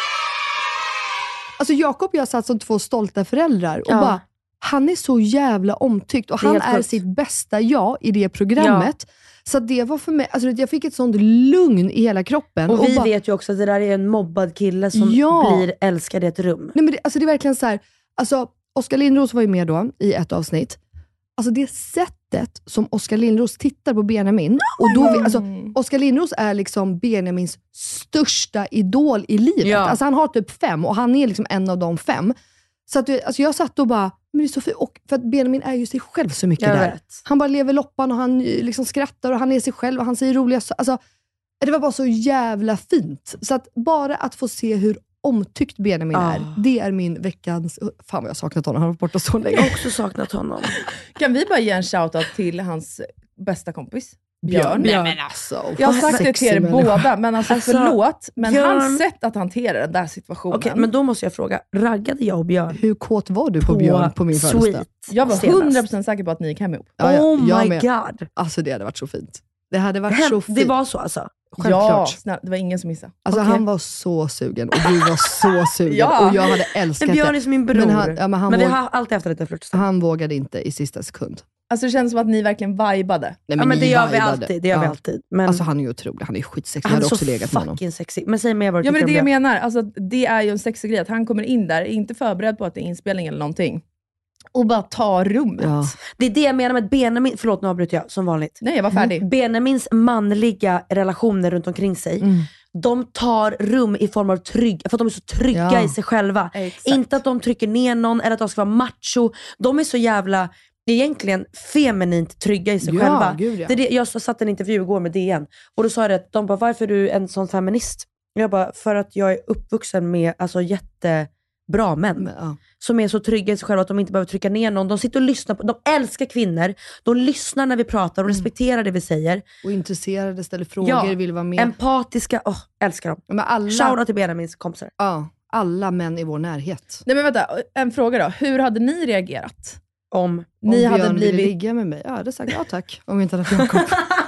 Alltså Jakob och jag satt som två stolta föräldrar och ja. bara, han är så jävla omtyckt och han är, är sitt bästa jag i det programmet. Ja. Så det var för mig, alltså jag fick ett sånt lugn i hela kroppen. Och, och vi bara, vet ju också att det där är en mobbad kille som ja. blir älskad i ett rum. Nej men det, alltså det är verkligen så här, alltså Oskar Lindros var ju med då i ett avsnitt. Alltså det sättet som Oskar Lindros tittar på Benjamin. Och då vi, alltså, Oskar Lindros är liksom Benjamins största idol i livet. Ja. Alltså han har typ fem och han är liksom en av de fem. Så att alltså jag satt och bara, men det är så för, och för att Benjamin är ju sig själv så mycket jag där. Vet. Han bara lever loppan och han liksom skrattar och han är sig själv och han säger roliga saker. Alltså det var bara så jävla fint. Så att bara att få se hur omtyckt Benjamin oh. är, det är min veckans... Fan vad jag har saknat honom, han har varit borta så länge. Jag har också saknat honom. Kan vi bara ge en shoutout till hans bästa kompis? Björn. Björn. Nej, men alltså, jag har sagt det till er båda, men alltså, alltså förlåt. Men Björn... hans sätt att hantera den där situationen. Okej, okay, men då måste jag fråga, raggade jag och Björn? Hur kåt var du på, på Björn på min födelsedag? Jag var hundra procent säker på att ni gick hem ihop. Ja, ja, oh my god. Alltså det hade varit så fint. Det hade varit Hem, så fint. Det var så alltså? Självklart. Ja, snälla, det var ingen som missade. Alltså okay. Han var så sugen och du var så sugen ja. och jag hade älskat det. Björn är som min bror. Men, han, ja, men, han men vi våg... har alltid haft lite flört. Han vågade inte i sista sekund. Alltså det känns som att ni verkligen vibade. Nej, men ja men det gör vibade. vi alltid. Det gör ja. vi alltid. Men... Alltså han är ju otrolig. Han är skitsexig. Han är så också legat med honom. fucking sexy. Men säg mer vad du Ja men det är det jag det. menar. Alltså det är ju en sexig grej att han kommer in där, är inte förberedd på att det är inspelning eller någonting. Och bara ta rummet. Ja. Det är det jag menar med Benjamin, förlåt nu avbryter jag som vanligt. Nej jag var färdig. Mm. Benjamins manliga relationer runt omkring sig. Mm. De tar rum i form av trygg, för att de är så trygga ja. i sig själva. Exakt. Inte att de trycker ner någon eller att de ska vara macho. De är så jävla egentligen feminint trygga i sig ja, själva. Gud, ja. Det är det, jag satt en intervju igår med D N och då sa det att de bara, varför är du en sån feminist? Jag bara, för att jag är uppvuxen med alltså jättebra män. Men, ja. Som är så trygga i sig själva att de inte behöver trycka ner någon. De sitter och lyssnar på, de älskar kvinnor. De lyssnar när vi pratar och mm. respekterar det vi säger. Och intresserade, ställer frågor, ja. vill vara med. Empatiska, åh, oh, älskar dem. Men alla... Shoutout till Benjamins kompisar. Ja, alla män i vår närhet. Nej men vänta, en fråga då. Hur hade ni reagerat? Om, ni om hade Björn blivit... ville ligga med mig. Ja, jag hade sagt ja tack. Om vi inte hade Jakob.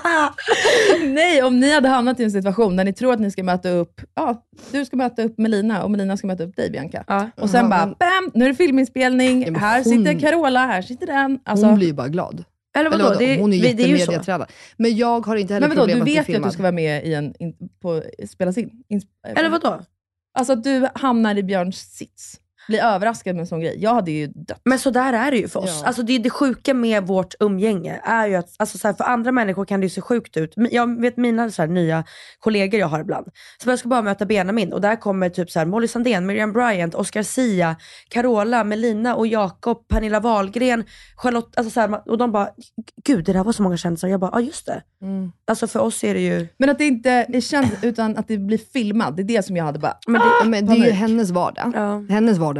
Nej, om ni hade hamnat i en situation där ni tror att ni ska möta upp, ja, du ska möta upp Melina och Melina ska möta upp dig, Bianca. Ja. Och sen ja, bara, men... bam, nu är det filminspelning. Ja, här hon... sitter Carola, här sitter den. Alltså... Hon blir ju bara glad. Eller vadå? Eller vadå? Det, hon är ju jättemediatränad. Men jag har inte heller men vadå, problem du att vet bli ju att filmad. du ska vara med i en, in, på, spelas in. in Eller vadå? Alltså att du hamnar i Björns sits. Bli överraskad med en sån grej. Jag hade ju dött. Men så där är det ju för oss. Ja. Alltså det, det sjuka med vårt umgänge är ju att alltså så här, för andra människor kan det ju se sjukt ut. Jag vet mina så här, nya kollegor jag har ibland. Så jag ska bara möta Benjamin och där kommer typ så här, Molly Sandén, Miriam Bryant, Oscar Sia, Carola, Melina och Jakob, Pernilla Wahlgren, Charlotte, alltså så här, och de bara, gud det där var så många kändisar. Jag bara, ja just det. Mm. Alltså för oss är det ju... Men att det inte är känt utan att det blir filmat. Det är det som jag hade bara... Men det, men det är ju hennes vardag. Ja. Hennes vardag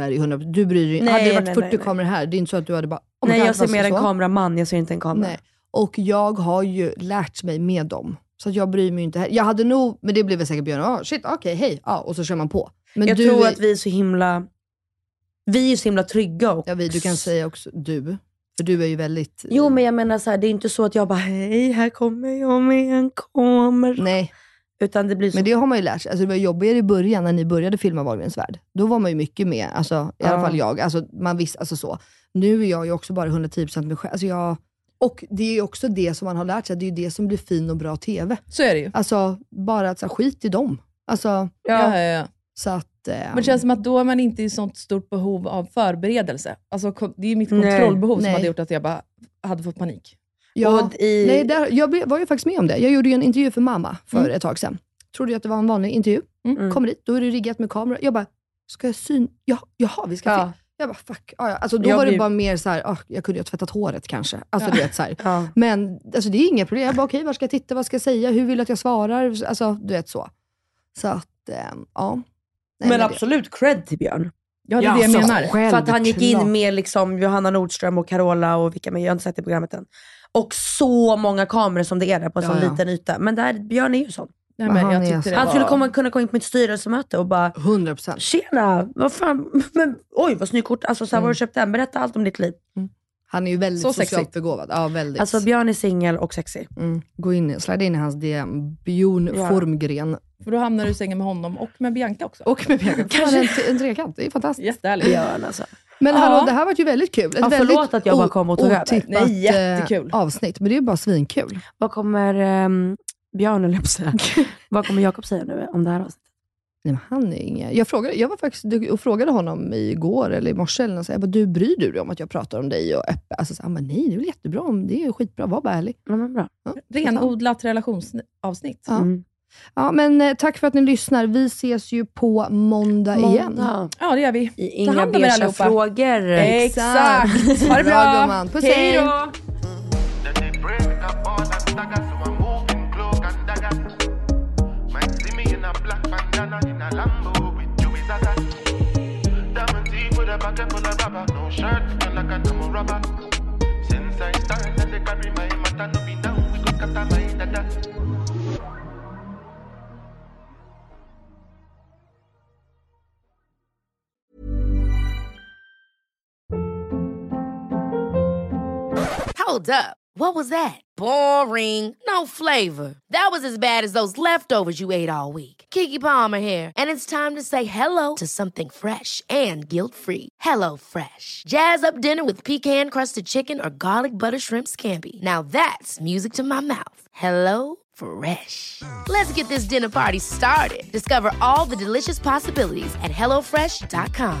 där i hundra. Du bryr dig. Nej, hade det varit nej, fyrtio nej, nej. kameror här, det är inte så att du hade bara... Oh nej, God, jag ser vad mer en så. kameraman, jag ser inte en kamera. Nej. Och jag har ju lärt mig med dem. Så att jag bryr mig inte här. Jag hade nog, men det blev väl säkert Björn. Oh, shit, okej, okay, hej. Ja, och så kör man på. Men jag du tror är... att vi är så himla... Vi är så himla trygga. Och... Ja, vi, du kan säga också du. För du är ju väldigt... Jo, men jag menar så här, det är inte så att jag bara, hej, här kommer jag med en kamera. Nej. Utan det blir så... Men det har man ju lärt sig. Alltså, det var jobbigare i början när ni började filma Wahlgrens värld. Då var man ju mycket med. Alltså, i ja. alla fall jag. Alltså, man visste, alltså så. Nu är jag ju också bara hundratio procent mig själv. Alltså, jag... Och det är ju också det som man har lärt sig. Det är ju det som blir fin och bra tv. Så är det ju. Alltså, bara att så här, skit i dem. Alltså, ja. Ja, ja, ja. Så att... Eh... Men det känns som att då är man inte i sånt stort behov av förberedelse. Alltså, det är ju mitt kontrollbehov Nej. som Nej. hade gjort att jag bara hade fått panik. Ja, och i... Nej, där, jag var ju faktiskt med om det. Jag gjorde ju en intervju för mamma för mm. ett tag sedan. Trodde jag att det var en vanlig intervju. Mm. Kommer dit, då är det riggat med kamera. Jag bara, ska jag syn... Ja, jaha, vi ska ja. filma. Jag bara, fuck. Ja, ja. Alltså, då jag var det blir... bara mer så här, oh, jag kunde ju ha tvättat håret kanske. Alltså ja. du vet så här. Ja. Men alltså, det är inga problem. Jag bara, okej, okay, var ska jag titta? Vad ska jag säga? Hur vill du att jag svarar? Alltså, du vet så. Så att, eh, ja. Nej, men absolut det. Cred till Björn. Ja, det är ja, det jag menar. För att han gick in med liksom Johanna Nordström och Carola och vilka med, jag har inte sett det programmet än. Och så många kameror som det är där på en ja, sån ja. liten yta. Men där, Björn är ju sån. Nej, men han, jag är han var... skulle komma, kunna komma in på mitt styrelsemöte och bara hundra procent. Tjena, vad fan, men, oj vad snyggt kort. Alltså så här, mm. vad har du köpt den? Berätta allt om ditt liv. Mm. Han är ju väldigt så socialt begåvad. Ja, väldigt. Alltså Björn är singel och sexig. Mm. Gå in, slide in i hans D M. Björn ja. Formgren. För då hamnar du i sängen med honom och med Bianca också. Och med Bianca. Kanske en, en trekant. Det är fantastiskt. Jättehärligt. Björn alltså. Men ja. hallå, det här var ju väldigt kul. Ett ja, väldigt förlåt att jag bara kom och tog över. Nej, jättekul. Avsnitt. Men det är ju bara svinkul. Vad kommer um, Björn eller säga? Vad kommer Jakob säga nu om det här avsnittet? Nej, men han är ingen... Jag, frågade, jag var faktiskt och frågade honom igår eller i morse eller något, så jag bara, du bryr du dig om att jag pratar om dig och öppet? Alltså så, men nej, det är väl jättebra, det är skitbra, var bara ärlig. Ja, men bra. Ja, renodlat relationsavsnitt. Ja. Mm. Ja, men eh, tack för att ni lyssnar. Vi ses ju på måndag, måndag. igen. Ja, det gör vi. I inga beiga frågor. Exakt. Ha det bra. bra Puss, hej då. Hold up. What was that? Boring. No flavor. That was as bad as those leftovers you ate all week. Keke Palmer here, and it's time to say hello to something fresh and guilt-free. Hello Fresh. Jazz up dinner with pecan-crusted chicken or garlic butter shrimp scampi. Now that's music to my mouth. Hello Fresh. Let's get this dinner party started. Discover all the delicious possibilities at hello fresh dot com.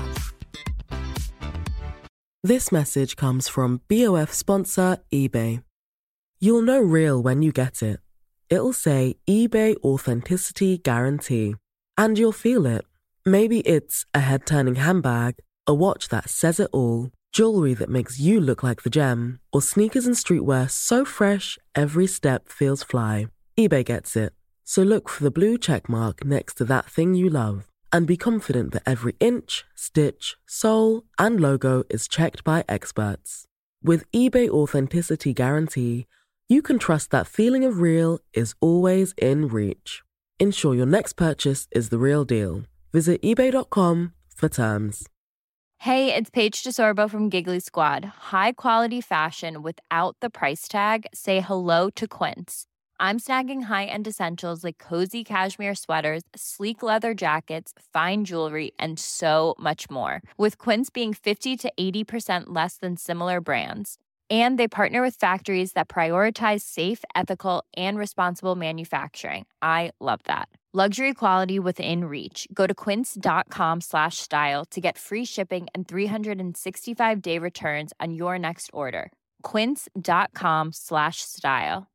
This message comes from B O F sponsor eBay. You'll know real when you get it. It'll say eBay Authenticity Guarantee. And you'll feel it. Maybe it's a head-turning handbag, a watch that says it all, jewelry that makes you look like the gem, or sneakers and streetwear so fresh every step feels fly. eBay gets it. So look for the blue check mark next to that thing you love. And be confident that every inch, stitch, sole, and logo is checked by experts. With eBay Authenticity Guarantee, you can trust that feeling of real is always in reach. Ensure your next purchase is the real deal. Visit ebay dot com for terms. Hey, it's Paige DeSorbo from Giggly Squad. High quality fashion without the price tag. Say hello to Quince. I'm snagging high-end essentials like cozy cashmere sweaters, sleek leather jackets, fine jewelry, and so much more. With Quince being fifty to eighty percent less than similar brands. And they partner with factories that prioritize safe, ethical, and responsible manufacturing. I love that. Luxury quality within reach. Go to quince dot com slash style to get free shipping and three sixty-five day returns on your next order. quince dot com slash style.